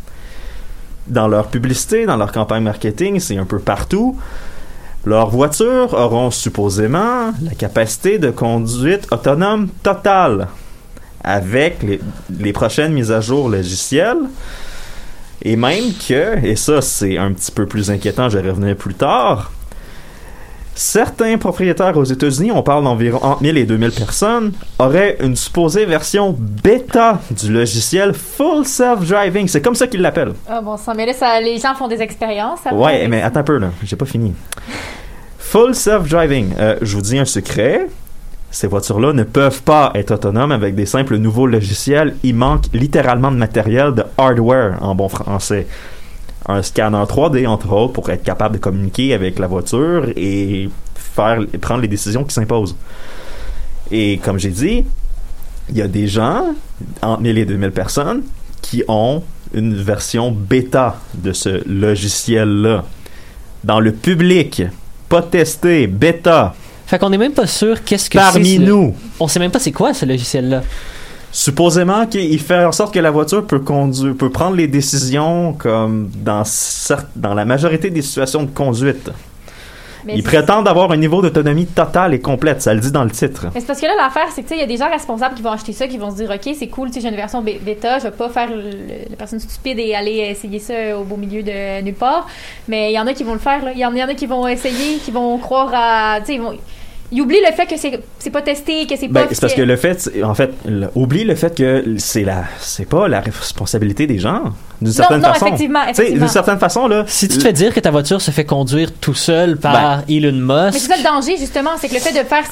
Dans leur publicité, dans leur campagne marketing, c'est un peu partout. Leurs voitures auront supposément la capacité de conduite autonome totale avec les prochaines mises à jour logicielles. Et même que, et ça c'est un petit peu plus inquiétant, je vais revenir plus tard, certains propriétaires aux États-Unis, on parle d'environ entre 1000 et 2000 personnes, auraient une supposée version bêta du logiciel Full Self-Driving. C'est comme ça qu'ils l'appellent. Ah bon sang, mais là, les gens font des expériences. Ouais, mais attends un peu, là. J'ai pas fini. Full Self-Driving. Je vous dis un secret. Ces voitures-là ne peuvent pas être autonomes avec des simples nouveaux logiciels. Il manque littéralement de matériel, de hardware en bon français. Un scanner 3D, entre autres, pour être capable de communiquer avec la voiture et prendre les décisions qui s'imposent. Et comme j'ai dit, il y a des gens, entre 1000 et 2000 personnes, qui ont une version bêta de ce logiciel-là. Dans le public, pas testé, bêta. Fait qu'on n'est même pas sûr qu'est-ce que Parmi nous. On sait même pas c'est quoi ce logiciel-là. Supposément qu'il fait en sorte que la voiture peut prendre les décisions comme dans la majorité des situations de conduite. Ils prétendent avoir un niveau d'autonomie totale et complète, ça le dit dans le titre. Mais c'est parce que là, l'affaire, c'est que il y a des gens responsables qui vont acheter ça, qui vont se dire, OK, c'est cool, j'ai une version bêta, je vais pas faire la personne stupide et aller essayer ça au beau milieu de nulle part. Mais il y en a qui vont le faire, là. Il y en a qui vont essayer, qui vont croire à... Ils oublient le fait que c'est pas testé, que c'est pas... C'est parce que le fait, oublie le fait que c'est pas la responsabilité des gens, d'une certaine façon. Effectivement. D'une certaine façon, là... Si tu te fais dire que ta voiture se fait conduire tout seul par Elon Musk... Mais c'est ça le danger, justement, c'est que le fait de faire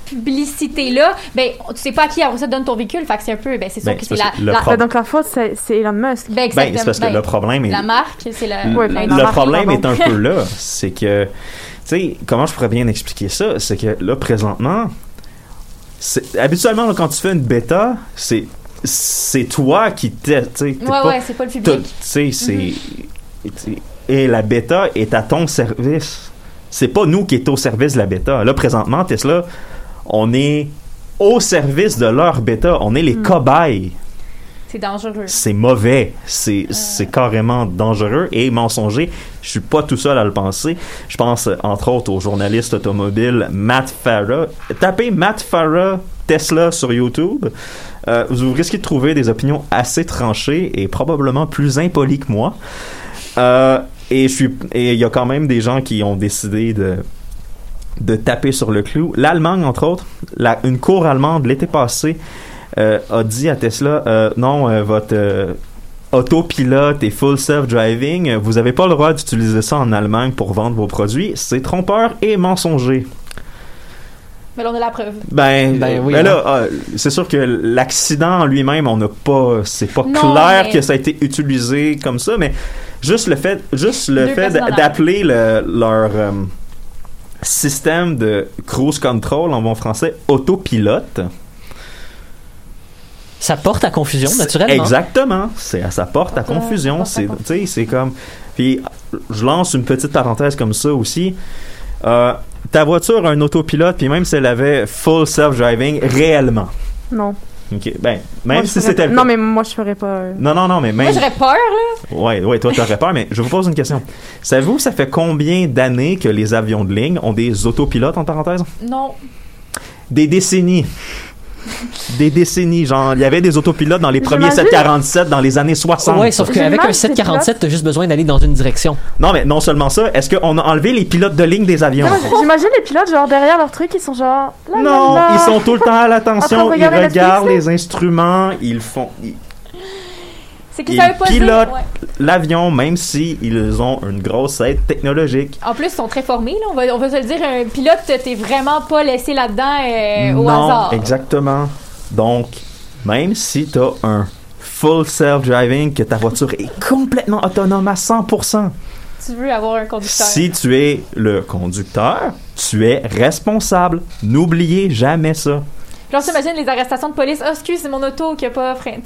publicité-là, ben, tu sais pas à qui après ça donne ton véhicule, fait que c'est un peu, ben, c'est sûr que c'est la... Donc la faute, c'est Elon Musk. Ben, exactement. C'est parce que le problème est... La marque, c'est la... Le problème est un peu là, c'est que, tu sais, comment je pourrais bien expliquer ça, c'est que là, présentement, habituellement, là, quand tu fais une bêta, c'est toi qui t'es, tu sais, c'est pas le public. Tu sais, et la bêta est à ton service. C'est pas nous qui est au service de la bêta. Là, présentement, Tesla, on est au service de leur bêta. On est les cobayes. C'est dangereux. C'est mauvais. C'est carrément dangereux et mensonger. Je suis pas tout seul à le penser. Je pense, entre autres, au journaliste automobile Matt Farah. Tapez Matt Farah Tesla sur YouTube. Vous risquez de trouver des opinions assez tranchées et probablement plus impolies que moi. Et il y a quand même des gens qui ont décidé de taper sur le clou. L'Allemagne, entre autres, une cour allemande l'été passé a dit à Tesla non, votre autopilote et full self-driving, vous n'avez pas le droit d'utiliser ça en Allemagne pour vendre vos produits. C'est trompeur et mensonger. Mais là, on a la preuve. Oui. Mais là, c'est sûr que l'accident en lui-même, c'est pas clair que ça a été utilisé comme ça, mais juste le fait d'appeler leur système de cruise control en bon français autopilote. Ça porte à confusion, naturellement. Exactement. Ça porte à confusion. C'est comme. Puis, je lance une petite parenthèse comme ça aussi. Ta voiture a un autopilote, puis même si elle avait full self-driving, réellement. Non. OK. Même si c'était le cas. Non, mais moi, je ferais pas. Non, mais même. Moi, j'aurais peur, là. Ouais, toi, t'aurais peur, mais je vous pose une question. Savez-vous, ça fait combien d'années que les avions de ligne ont des autopilotes, en parenthèse? Non. Des décennies. Genre, il y avait des autopilotes dans les premiers 747 dans les années 60. Ouais, sauf qu'avec un 747, t'as juste besoin d'aller dans une direction. Non, mais non seulement ça, est-ce qu'on a enlevé les pilotes de ligne des avions? J'imagine les pilotes, genre, derrière leur truc, ils sont genre... Non, ils sont tout le temps à l'attention, ils regardent les instruments, ils font... C'est qu'ils savaient pas pilotent l'avion, même si ils ont une grosse aide technologique. En plus, ils sont très formés, là. On va se le dire, un pilote, t'es vraiment pas laissé là-dedans au hasard. Non, exactement. Donc, même si t'as un full self-driving, que ta voiture est complètement autonome à 100%. Tu veux avoir un conducteur. Si tu es le conducteur, tu es responsable. N'oubliez jamais ça. Genre, t'imagines les arrestations de police. Oh, excuse, c'est mon auto qui a pas freiné.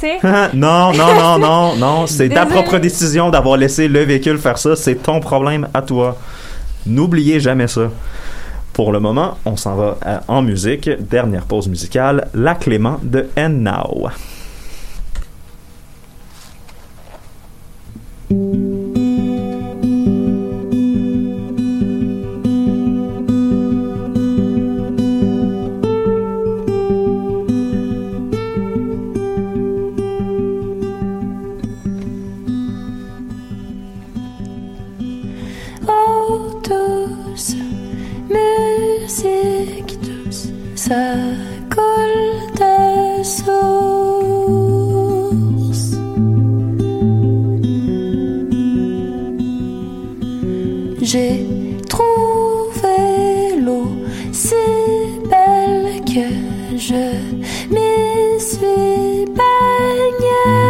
Non. C'est ta propre décision d'avoir laissé le véhicule faire ça. C'est ton problème à toi. N'oubliez jamais ça. Pour le moment, on s'en va en musique. Dernière pause musicale. La Clément de And Now. Musique douce, ça coule de source. J'ai trouvé l'eau si belle que je m'y suis baignée.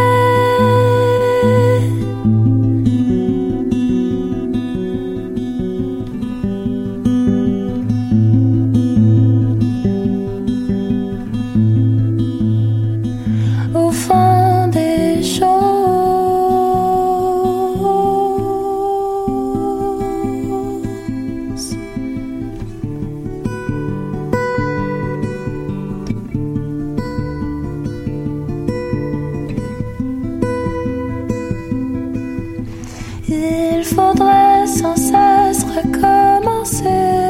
Il faudrait sans cesse recommencer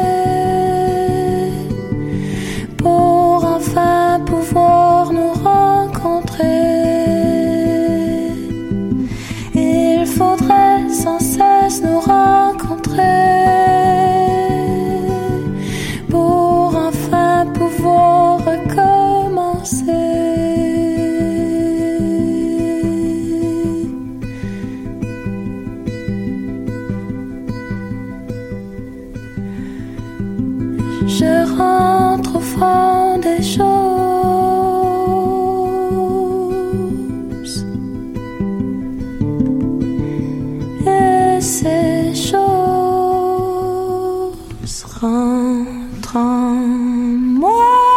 pour enfin pouvoir nous rencontrer. Il faudrait sans cesse nous rencontrer pour enfin pouvoir recommencer. rentre en moi.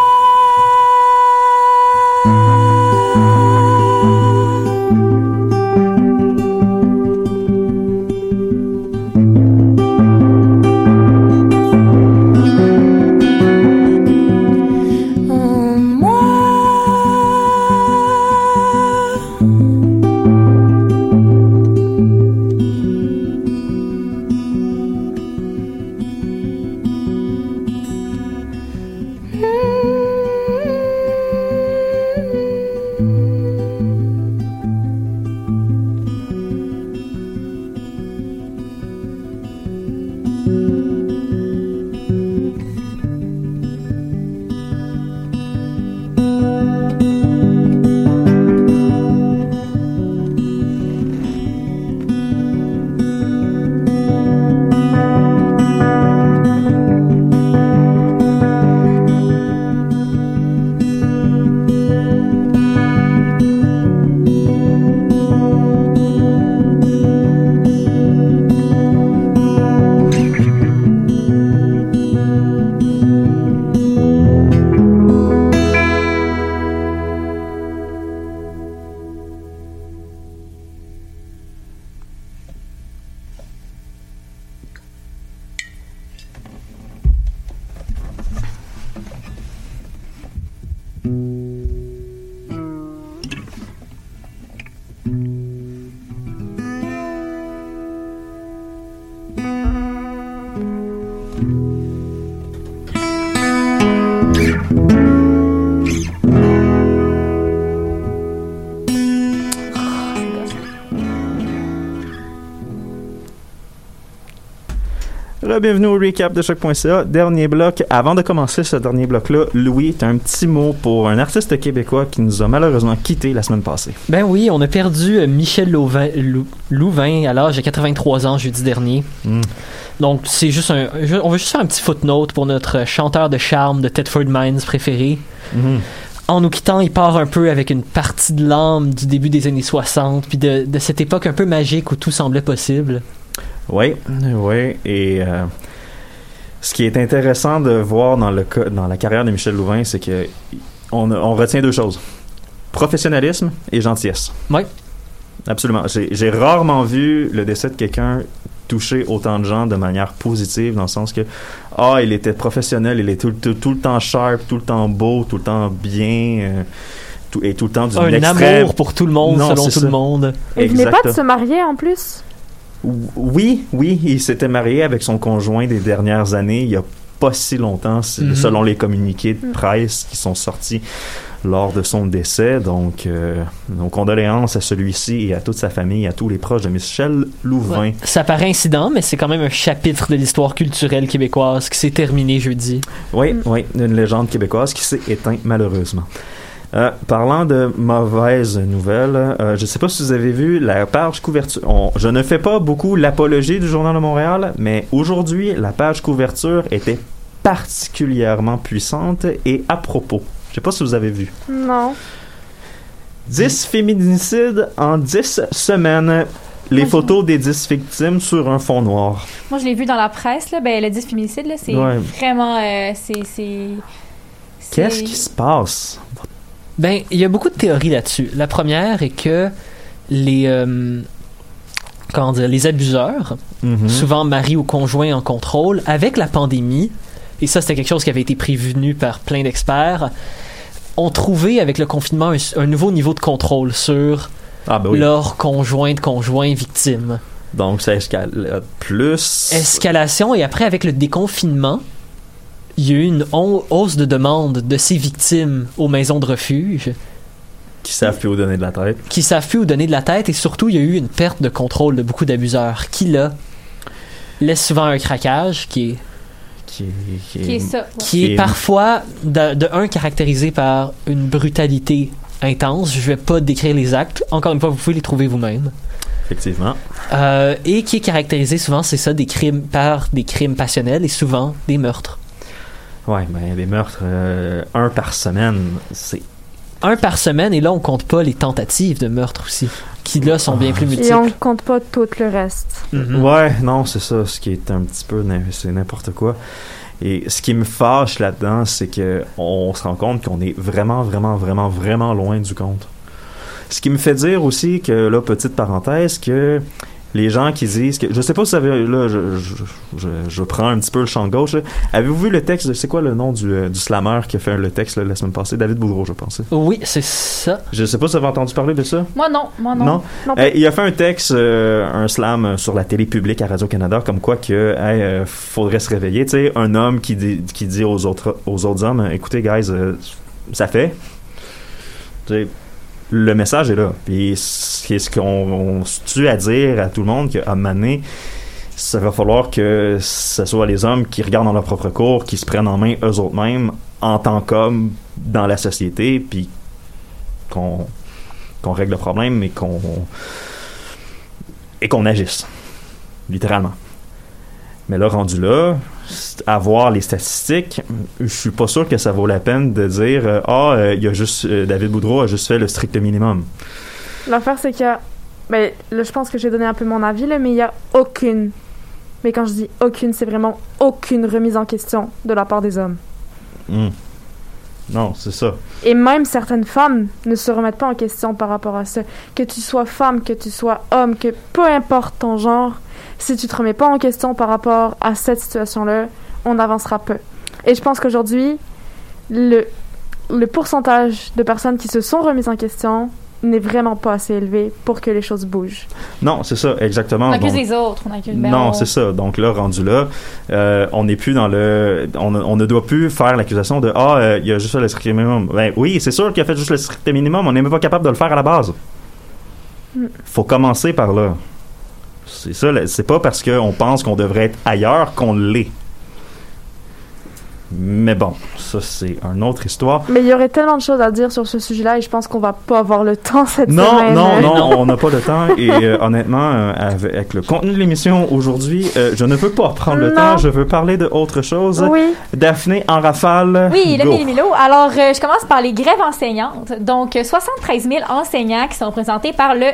Bienvenue au recap de choc.ca. Dernier bloc. Avant de commencer ce dernier bloc-là, Louis, tu as un petit mot pour un artiste québécois qui nous a malheureusement quitté la semaine passée. Ben oui, on a perdu Michel Louvain à l'âge de 83 ans jeudi dernier. Donc, c'est juste on veut juste faire un petit footnote pour notre chanteur de charme de Thetford Mines préféré. En nous quittant, il part un peu avec une partie de l'âme du début des années 60, puis de cette époque un peu magique où tout semblait possible. Oui, et ce qui est intéressant de voir dans la carrière de Michel Louvain, c'est que on retient deux choses: professionnalisme et gentillesse. Oui. Absolument. J'ai rarement vu le décès de quelqu'un toucher autant de gens de manière positive, dans le sens que il était professionnel, il était tout le temps sharp, tout le temps beau, tout le temps bien, et tout le temps d'une extrême... Un amour pour tout le monde, selon tout le monde. Et il venait pas de se marier en plus? Oui, il s'était marié avec son conjoint des dernières années, il y a pas si longtemps, selon les communiqués de presse qui sont sortis lors de son décès. Donc, nos condoléances à celui-ci et à toute sa famille, à tous les proches de Michel Louvain. Ouais. Ça paraît incident, mais c'est quand même un chapitre de l'histoire culturelle québécoise qui s'est terminé jeudi. Oui, une légende québécoise qui s'est éteinte malheureusement. Parlant de mauvaises nouvelles, je ne sais pas si vous avez vu la page couverture. Je ne fais pas beaucoup l'apologie du Journal de Montréal, mais aujourd'hui, la page couverture était particulièrement puissante et à propos. Je ne sais pas si vous avez vu. Non. 10 féminicides en 10 semaines. Les photos des 10 victimes sur un fond noir. Moi, je l'ai vu dans la presse, là. Ben, le 10 féminicides, là, c'est vraiment... Qu'est-ce qui se passe? Ben, il y a beaucoup de théories là-dessus. La première est que les abuseurs, souvent mari ou conjoint en contrôle, avec la pandémie, et ça c'était quelque chose qui avait été prévenu par plein d'experts, ont trouvé avec le confinement un nouveau niveau de contrôle sur leurs conjoints victimes. Donc ça escalade plus. Escalation, et après avec le déconfinement, il y a eu une hausse de demande de ces victimes aux maisons de refuge. Qui savent plus où donner de la tête. Et surtout, il y a eu une perte de contrôle de beaucoup d'abuseurs qui, là, laissent souvent un craquage qui est parfois, caractérisé par une brutalité intense. Je vais pas décrire les actes. Encore une fois, vous pouvez les trouver vous-même. Effectivement. Et qui est caractérisé souvent, c'est ça, par des crimes passionnels et souvent des meurtres. Ouais, ben des meurtres, un par semaine, c'est... Un par semaine, et là, on compte pas les tentatives de meurtre aussi, qui là sont bien plus multiples. Et on compte pas tout le reste. Ouais, non, c'est ça, ce qui est un petit peu... C'est n'importe quoi. Et ce qui me fâche là-dedans, c'est que on se rend compte qu'on est vraiment, vraiment, vraiment, vraiment loin du compte. Ce qui me fait dire aussi que, là, petite parenthèse, que les gens qui disent que... Je sais pas si vous savez... Là, je prends un petit peu le champ gauche. Là. Avez-vous vu le texte? C'est quoi le nom du slammer qui a fait le texte là, la semaine passée? David Boudreau, je pense. Oui, c'est ça. Je sais pas si vous avez entendu parler de ça. Moi, non. Non? Il a fait un texte, un slam sur la télé publique à Radio-Canada, comme quoi que faudrait se réveiller. Tu sais, un homme qui dit aux autres hommes, écoutez, guys, ça fait. Tu sais, le message est là. Puis c'est ce qu'on se tue à dire à tout le monde qu'à un moment donné, ça va falloir que ce soit les hommes qui regardent dans leur propre cours, qui se prennent en main eux autres mêmes en tant qu'hommes dans la société, puis qu'on règle le problème et qu'on agisse. Littéralement. Mais là, rendu là, à voir les statistiques, je suis pas sûr que ça vaut la peine de dire il y a juste David Boudreau a juste fait le strict minimum. L'affaire, c'est qu'il y a... Ben, là, je pense que j'ai donné un peu mon avis, là, mais il y a aucune... Mais quand je dis aucune, c'est vraiment aucune remise en question de la part des hommes. Non, c'est ça. Et même certaines femmes ne se remettent pas en question par rapport à ça. Que tu sois femme, que tu sois homme, que peu importe ton genre, si tu te remets pas en question par rapport à cette situation-là, on avancera peu. Et je pense qu'aujourd'hui, le pourcentage de personnes qui se sont remises en question n'est vraiment pas assez élevé pour que les choses bougent. Non, c'est ça, exactement. On accuse les autres, on accuse Non, c'est ça. Donc là, rendu là, on n'est plus dans le... On ne doit plus faire l'accusation de « il y a juste fait le strict minimum ». Ben oui, c'est sûr qu'il a fait juste le strict minimum, on n'est même pas capable de le faire à la base. Faut commencer par là. C'est ça, c'est pas parce qu'on pense qu'on devrait être ailleurs qu'on l'est. Mais bon, ça c'est une autre histoire. Mais il y aurait tellement de choses à dire sur ce sujet-là et je pense qu'on va pas avoir le temps cette semaine. Non, on n'a pas le temps et honnêtement, avec le contenu de l'émission aujourd'hui, je ne veux pas prendre le temps, je veux parler de autre chose. Oui. Daphné, en rafale. Oui, le Milo. Alors, je commence par les grèves enseignantes. Donc, 73 000 enseignants qui sont représentés par le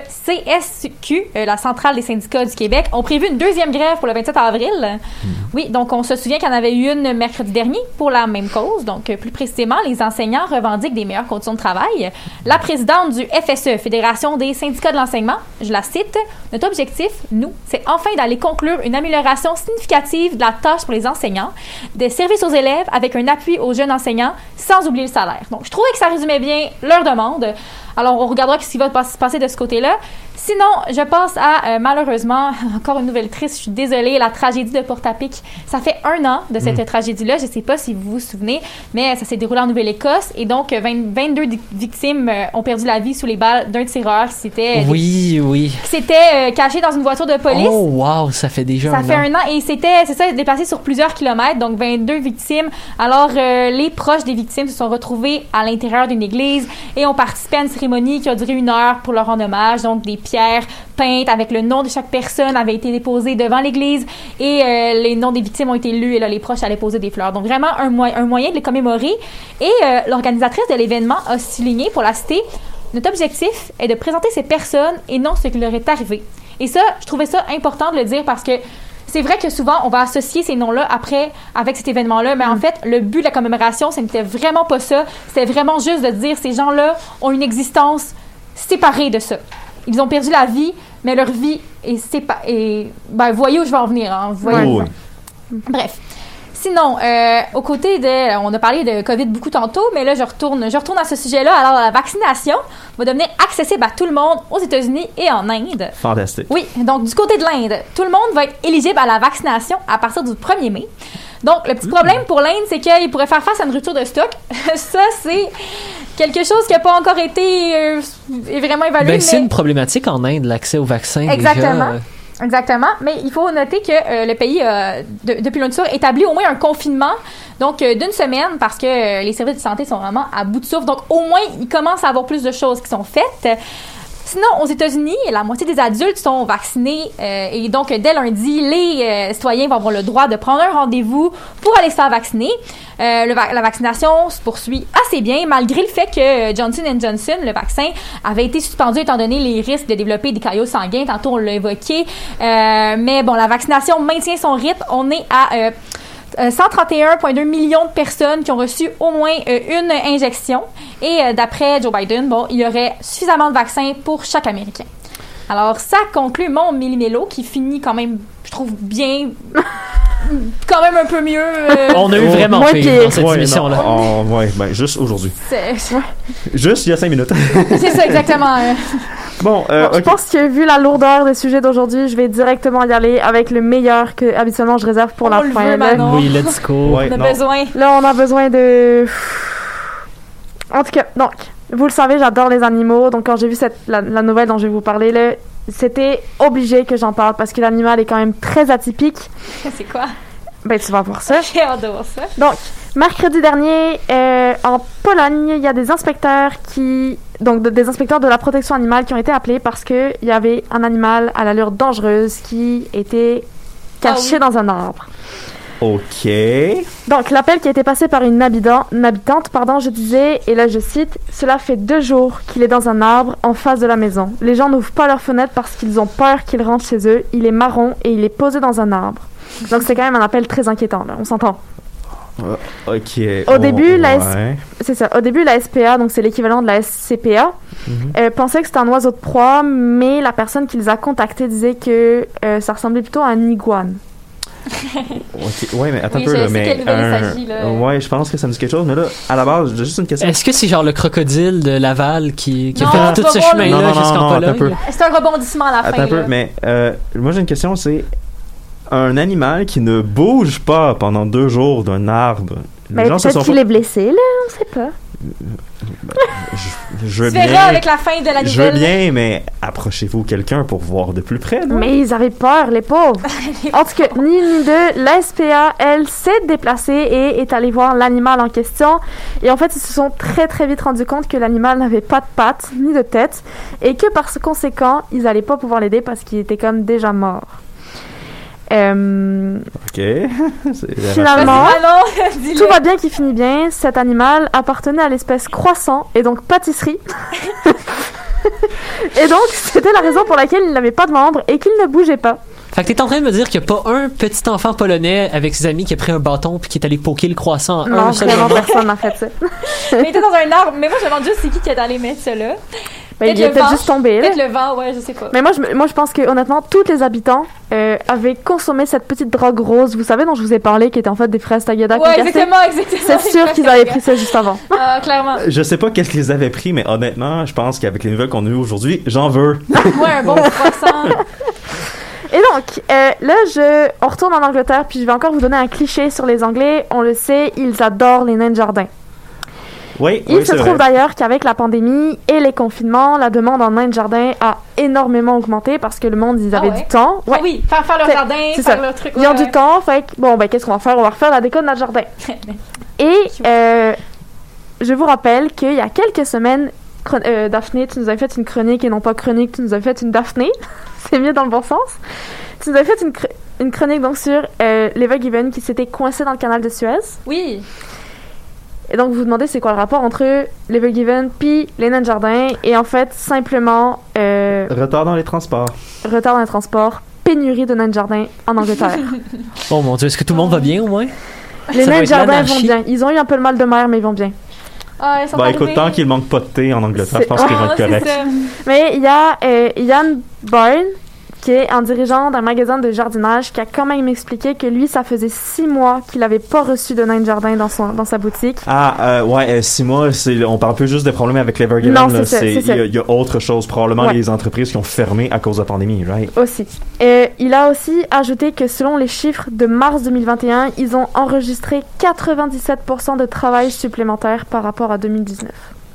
CSQ, la Centrale des syndicats du Québec, ont prévu une deuxième grève pour le 27 avril. Oui, donc on se souvient qu'il y en avait eu une mercredi dernier pour la même cause. Donc, plus précisément, les enseignants revendiquent des meilleures conditions de travail. La présidente du FSE, Fédération des syndicats de l'enseignement, je la cite, « Notre objectif, nous, c'est enfin d'aller conclure une amélioration significative de la tâche pour les enseignants, des services aux élèves avec un appui aux jeunes enseignants, sans oublier le salaire. » Donc, je trouvais que ça résumait bien leur demande. Alors, on regardera ce qui va se passer de ce côté-là. Sinon, je passe à, malheureusement, encore une nouvelle triste, je suis désolée, la tragédie de Portapic. Ça fait 1 an de cette tragédie-là. Je ne sais pas si vous vous souvenez, mais ça s'est déroulé en Nouvelle-Écosse. Et donc, 22 victimes ont perdu la vie sous les balles d'un tireur qui s'était... Oui. Qui s'était caché dans une voiture de police. Oh, wow, ça fait déjà un an. Ça fait 1 an. Et c'est ça, déplacé sur plusieurs kilomètres. Donc, 22 victimes. Alors, les proches des victimes se sont retrouvés à l'intérieur d'une église et ont participé à une cérémonie qui a duré 1 heure pour leur rendre hommage. Donc, des pierres peintes avec le nom de chaque personne avaient été déposées devant l'église et les noms des victimes ont été lus et là, les proches allaient poser des fleurs. Donc, vraiment un moyen de les commémorer. Et l'organisatrice de l'événement a souligné pour la cité, notre objectif est de présenter ces personnes et non ce qui leur est arrivé. Et ça, je trouvais ça important de le dire parce que c'est vrai que souvent, on va associer ces noms-là après avec cet événement-là, mais en fait, le but de la commémoration, ce n'était vraiment pas ça. C'était vraiment juste de dire ces gens-là ont une existence séparée de ça. Ils ont perdu la vie, mais leur vie est séparée. Voyez où je vais en venir. Hein? Oui. Bref. Sinon, aux côtés on a parlé de COVID beaucoup tantôt, mais là, je retourne à ce sujet-là. Alors, la vaccination va devenir accessible à tout le monde aux États-Unis et en Inde. Fantastique. Oui, donc du côté de l'Inde, tout le monde va être éligible à la vaccination à partir du 1er mai. Donc, le petit problème pour l'Inde, c'est qu'il pourrait faire face à une rupture de stock. Ça, c'est quelque chose qui n'a pas encore été vraiment évalué. C'est une problématique en Inde, l'accès au vaccin. Exactement. Déjà. Exactement, mais il faut noter que le pays a, depuis longtemps, établi au moins un confinement, donc d'une semaine, parce que les services de santé sont vraiment à bout de souffle. Donc, au moins, il commence à avoir plus de choses qui sont faites. Sinon, aux États-Unis, la moitié des adultes sont vaccinés et donc, dès lundi, les citoyens vont avoir le droit de prendre un rendez-vous pour aller se faire vacciner. La vaccination se poursuit assez bien, malgré le fait que Johnson & Johnson, le vaccin, avait été suspendu étant donné les risques de développer des caillots sanguins. Tantôt, on l'a évoqué. Mais bon, la vaccination maintient son rythme. On est à 131,2 millions de personnes qui ont reçu au moins une injection. Et d'après Joe Biden, il y aurait suffisamment de vaccins pour chaque Américain. Alors, ça conclut mon Millimélo qui finit quand même, je trouve, bien... quand même un peu mieux. On a eu vraiment pire dans cette émission-là. Juste aujourd'hui. Juste il y a 5 minutes. C'est ça, exactement. Bon, je pense que vu la lourdeur des sujets d'aujourd'hui, je vais directement y aller avec le meilleur que habituellement je réserve pour la fin. Oui, let's go. On a besoin. Là, on a besoin de... En tout cas, donc, vous le savez, j'adore les animaux. Donc, quand j'ai vu la nouvelle dont je vais vous parler, là, c'était obligé que j'en parle parce que l'animal est quand même très atypique. C'est quoi? Ben, tu vas voir ça. J'ai hâte de voir ça. Donc, mercredi dernier, en Pologne, il y a des inspecteurs des inspecteurs de la protection animale qui ont été appelés parce qu'il y avait un animal à l'allure dangereuse qui était caché dans un arbre. OK. Donc, l'appel qui a été passé par une habitante, je disais, et là je cite, « Cela fait 2 jours qu'il est dans un arbre en face de la maison. Les gens n'ouvrent pas leurs fenêtres parce qu'ils ont peur qu'il rentre chez eux. Il est marron et il est posé dans un arbre. » Donc, c'est quand même un appel très inquiétant, là. On s'entend. OK. Au début, la SPA, donc c'est l'équivalent de la SCPA, pensait que c'était un oiseau de proie, mais la personne qui les a contactés disait que ça ressemblait plutôt à un iguane. Okay. Ouais, mais attends un peu. Je sais quelle nouvelle il s'agit, là. Ouais, je pense que ça me dit quelque chose, mais là, à la base, j'ai juste une question. Est-ce que c'est genre le crocodile de Laval qui a fait tout ce chemin-là jusqu'en Pologne? C'est un rebondissement à la fin. Attends un peu, mais moi j'ai une question, c'est un animal qui ne bouge pas pendant 2 jours d'un arbre. Mais peut-être qu'il est blessé, là, on sait pas. Je veux tu verras avec la fin de la nouvelle. Je veux bien, mais approchez-vous quelqu'un pour voir de plus près, non? Mais ils avaient peur, les pauvres. En tout cas, ni deux, la SPA, elle, s'est déplacée et est allée voir l'animal en question. Et en fait, ils se sont très, très vite rendus compte que l'animal n'avait pas de pattes ni de tête et que par conséquent, ils n'allaient pas pouvoir l'aider parce qu'il était comme déjà mort. OK. Finalement, tout va bien qui finit bien. Cet animal appartenait à l'espèce croissant et donc pâtisserie. Et donc, c'était la raison pour laquelle il n'avait pas de membres et qu'il ne bougeait pas. Fait que t'es en train de me dire qu'il n'y a pas un petit enfant polonais avec ses amis qui a pris un bâton puis qui est allé poker le croissant en un seul moment? Non, vraiment, personne n'a fait ça. Mais il était dans un arbre. Mais moi, je me demande juste c'est qui est allé mettre ça là. Ben, il est peut-être juste tombé. Peut-être le vent, ouais, je sais pas. Mais moi, je pense que honnêtement, tous les habitants avaient consommé cette petite drogue rose, vous savez, dont je vous ai parlé, qui était en fait des fraises Tagada. Ouais, exactement. C'est sûr qu'ils avaient pris ça juste avant. Clairement. Je sais pas qu'est-ce qu'ils avaient pris, mais honnêtement, je pense qu'avec les nouvelles qu'on a eues aujourd'hui, j'en veux. Ouais, un bon croissant. Et donc, là, on retourne en Angleterre, puis je vais encore vous donner un cliché sur les Anglais. On le sait, ils adorent les nains de jardin. Oui, Il se trouve d'ailleurs qu'avec la pandémie et les confinements, la demande en nains de jardin a énormément augmenté parce que le monde, ils avaient du temps. Ouais. Oui, faire leur jardin, faire leur truc. Ils ont du temps, fait que, bon, ben, qu'est-ce qu'on va faire? On va refaire la déco de notre jardin. Et je vous rappelle qu'il y a quelques semaines, Daphné, tu nous avais fait une chronique et non pas chronique, tu nous avais fait une Daphné. C'est mieux dans le bon sens. Tu nous avais fait une chronique donc sur l'Ever-Given qui s'était coincé dans le canal de Suez. Oui. Et donc, vous vous demandez c'est quoi le rapport entre l'Ever-Given puis les nains de jardin. Et en fait, simplement... retard dans les transports. Retard dans les transports. Pénurie de nains de jardin en Angleterre. Oh mon Dieu, est-ce que tout le monde va bien au moins? Les nains de jardin vont bien. Ils ont eu un peu le mal de mer, mais ils vont bien. Écoute, tant qu'il manque pas de thé en Angleterre, je pense qu'ils vont être corrects. Mais il y a Ian Byrne, qui est un dirigeant d'un magasin de jardinage, qui a quand même expliqué que lui, ça faisait 6 mois qu'il n'avait pas reçu de nain de jardin dans sa boutique. 6 mois, on parle plus juste des problèmes avec l'Ever-Given. Non, il y a autre chose, probablement les entreprises qui ont fermé à cause de la pandémie, right? Aussi. Il a aussi ajouté que selon les chiffres de mars 2021, ils ont enregistré 97% de travail supplémentaire par rapport à 2019.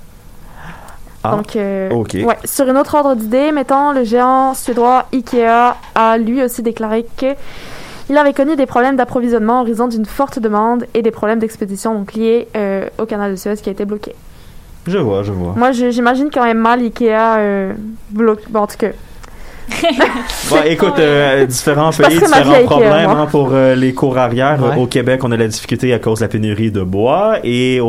Donc, sur une autre ordre d'idée, mettons, le géant suédois Ikea a lui aussi déclaré qu'il avait connu des problèmes d'approvisionnement en raison d'une forte demande et des problèmes d'expédition donc liés au canal de Suez qui a été bloqué. Je vois. Moi, j'imagine quand même mal Ikea bloqué. Bon, en tout cas. Écoute, différents pays, différents problèmes pour les cours arrière. Au Québec, on a la difficulté à cause de la pénurie de bois et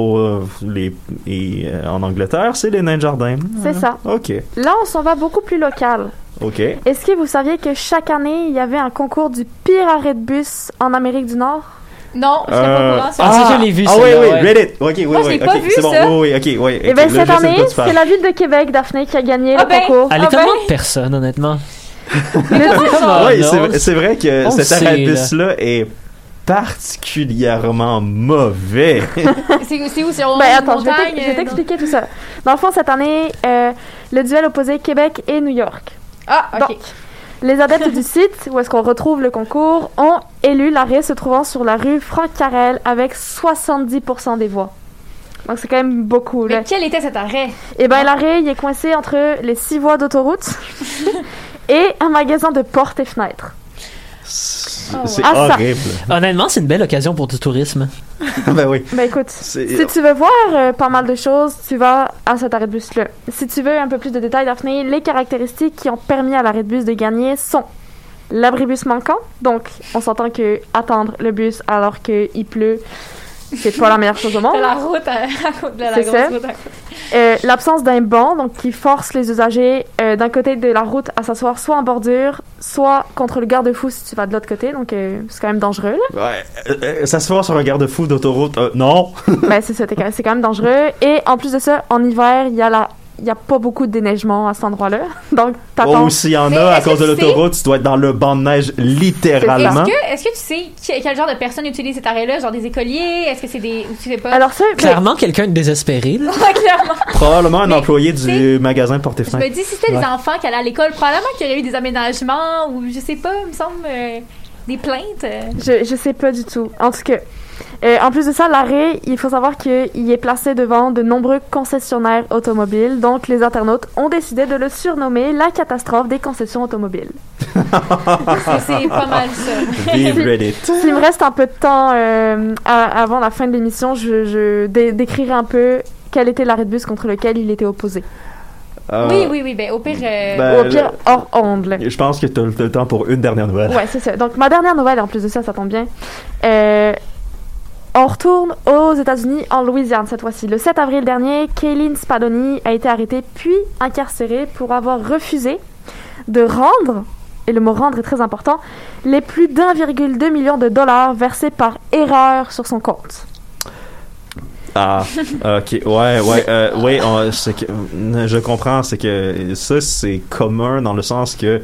en Angleterre, c'est les nains de jardin. C'est ça. OK. Là, on s'en va beaucoup plus local. OK. Est-ce que vous saviez que chaque année, il y avait un concours du pire arrêt de bus en Amérique du Nord? Non, je serais pas au courant. Ça, je l'ai vu, oui, ouais. Reddit. OK, oui, Moi, je l'ai pas vu, c'est bon. ça. Oui, OK, oui. Et bien, cette année, c'est la ville de Québec, Daphné, qui a gagné le concours. À l'étonnement de personne, honnêtement. Oui, c'est vrai que On cet sait, arabus-là est particulièrement mauvais. C'est où? C'est en attends, je montagne? vais t'expliquer tout ça. Dans le fond, cette année, le duel opposait Québec et New York. Ah, OK. Donc, les adeptes du site, où est-ce qu'on retrouve le concours, ont élu l'arrêt se trouvant sur la rue Franck-Carrel avec 70% des voix. Donc, c'est quand même beaucoup. Mais quel était cet arrêt? Eh bien, l'arrêt, il est coincé entre les 6 voies d'autoroute et un magasin de portes et fenêtres. C'est horrible. Honnêtement, c'est une belle occasion pour du tourisme. Ben oui. Ben écoute, si tu veux voir pas mal de choses, tu vas à cet arrêt de bus-là. Si tu veux un peu plus de détails, Daphné, les caractéristiques qui ont permis à l'arrêt de bus de gagner sont l'abribus manquant, donc on s'entend que attendre le bus alors qu'il pleut, c'est pas la meilleure chose au monde. De la route de la C'est grosse ça. route à côté. L'absence d'un banc, donc qui force les usagers d'un côté de la route à s'asseoir soit en bordure, soit contre le garde-fou si tu vas de l'autre côté, donc c'est quand même dangereux, là. Ouais, s'asseoir sur un garde-fou d'autoroute, non. Ben c'est ça, c'est quand même dangereux. Et en plus de ça, en hiver, il y a pas beaucoup de déneigement à cet endroit-là. Donc, t'attends. Ou s'il y en a, à cause de l'autoroute, tu dois être dans le banc de neige littéralement. Est-ce que tu sais quel genre de personnes utilisent cet arrêt-là? Genre des écoliers? Est-ce que c'est des... ou tu sais pas? Alors ça, Clairement, quelqu'un de désespéré, là. Ouais, clairement. Probablement un employé du magasin porte-fenêtre. Je me dis, si c'était des enfants qui allaient à l'école, probablement qu'il y aurait eu des aménagements ou je sais pas, il me semble, des plaintes. je sais pas du tout. En tout cas, en plus de ça, l'arrêt, il faut savoir qu'il est placé devant de nombreux concessionnaires automobiles. Donc, les internautes ont décidé de le surnommer la catastrophe des concessions automobiles. C'est pas mal ça. Vive Reddit. S'il me reste un peu de temps avant la fin de l'émission, je décrirai un peu quel était l'arrêt de bus contre lequel il était opposé. Oui, ben au pire... Ou au pire, hors onde. Là. Je pense que tu as le temps pour une dernière nouvelle. Ouais, c'est ça. Donc, ma dernière nouvelle, en plus de ça, ça tombe bien. On retourne aux États-Unis, en Louisiane, cette fois-ci. Le 7 avril dernier, Kaylin Spadoni a été arrêtée puis incarcérée pour avoir refusé de rendre, et le mot rendre est très important, les plus d'1,2 million de dollars versés par erreur sur son compte. Ah, ok, ouais, c'est que, je comprends, c'est que ça, c'est commun dans le sens que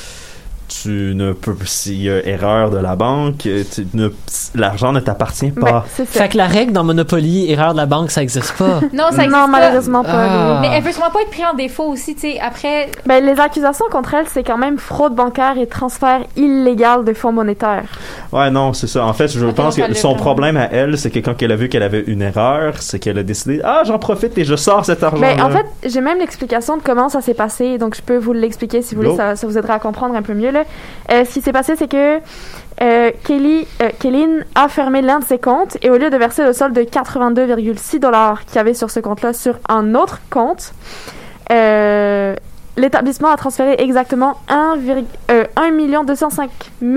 tu ne peux, s'il y a erreur de la banque, l'argent ne t'appartient pas. Ben, c'est ça. Fait que la règle dans Monopoly, erreur de la banque, ça existe pas. Non, ça existe Non, pas. malheureusement pas. Ah. Mais elle peut sûrement pas être prise en défaut aussi, tu sais, après... Ben, les accusations contre elle, c'est quand même fraude bancaire et transfert illégal de fonds monétaires. Ouais, non, c'est ça. En fait, je pense que son problème à elle, c'est que quand elle a vu qu'elle avait une erreur, c'est qu'elle a décidé, j'en profite et je sors cet argent-là. Ben, en fait, j'ai même l'explication de comment ça s'est passé, donc je peux vous l'expliquer si vous voulez, ça vous aidera à comprendre un peu mieux, là. Ce qui s'est passé, c'est que Kaylin a fermé l'un de ses comptes et au lieu de verser le solde de 82,6 $ qu'il y avait sur ce compte-là sur un autre compte, l'établissement a transféré exactement 1 205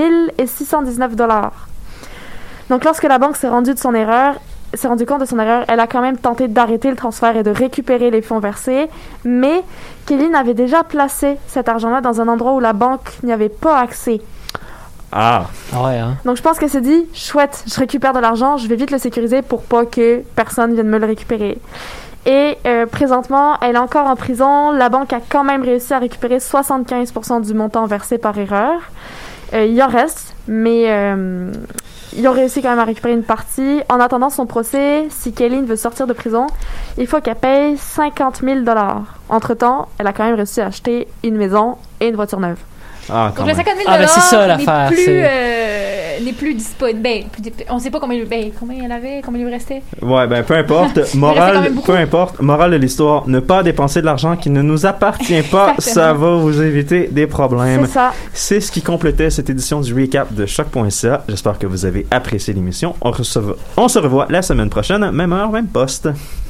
619 $. Donc, lorsque la banque s'est rendue compte de son erreur, elle a quand même tenté d'arrêter le transfert et de récupérer les fonds versés, mais Kaylin avait déjà placé cet argent-là dans un endroit où la banque n'y avait pas accès. Ah. Ouais, hein. Donc, je pense qu'elle s'est dit, chouette, je récupère de l'argent, je vais vite le sécuriser pour pas que personne vienne me le récupérer. Et présentement, elle est encore en prison. La banque a quand même réussi à récupérer 75% du montant versé par erreur. Il en reste, mais ils ont réussi quand même à récupérer une partie. En attendant son procès, si Kaylin veut sortir de prison, il faut qu'elle paye 50 000 $. Entre-temps, elle a quand même réussi à acheter une maison et une voiture neuve. Ah, quand Donc, le même. 50 000 ben, c'est ça, l'affaire, n'est plus disponible. Ben, on sait pas combien il avait, combien il lui restait. Ouais, ben peu importe. Peu importe. Morale de l'histoire, ne pas dépenser de l'argent qui ne nous appartient pas, ça va vous éviter des problèmes. C'est ça. C'est ce qui complétait cette édition du recap de Choc.ca. J'espère que vous avez apprécié l'émission. On se revoit la semaine prochaine, même heure, même poste.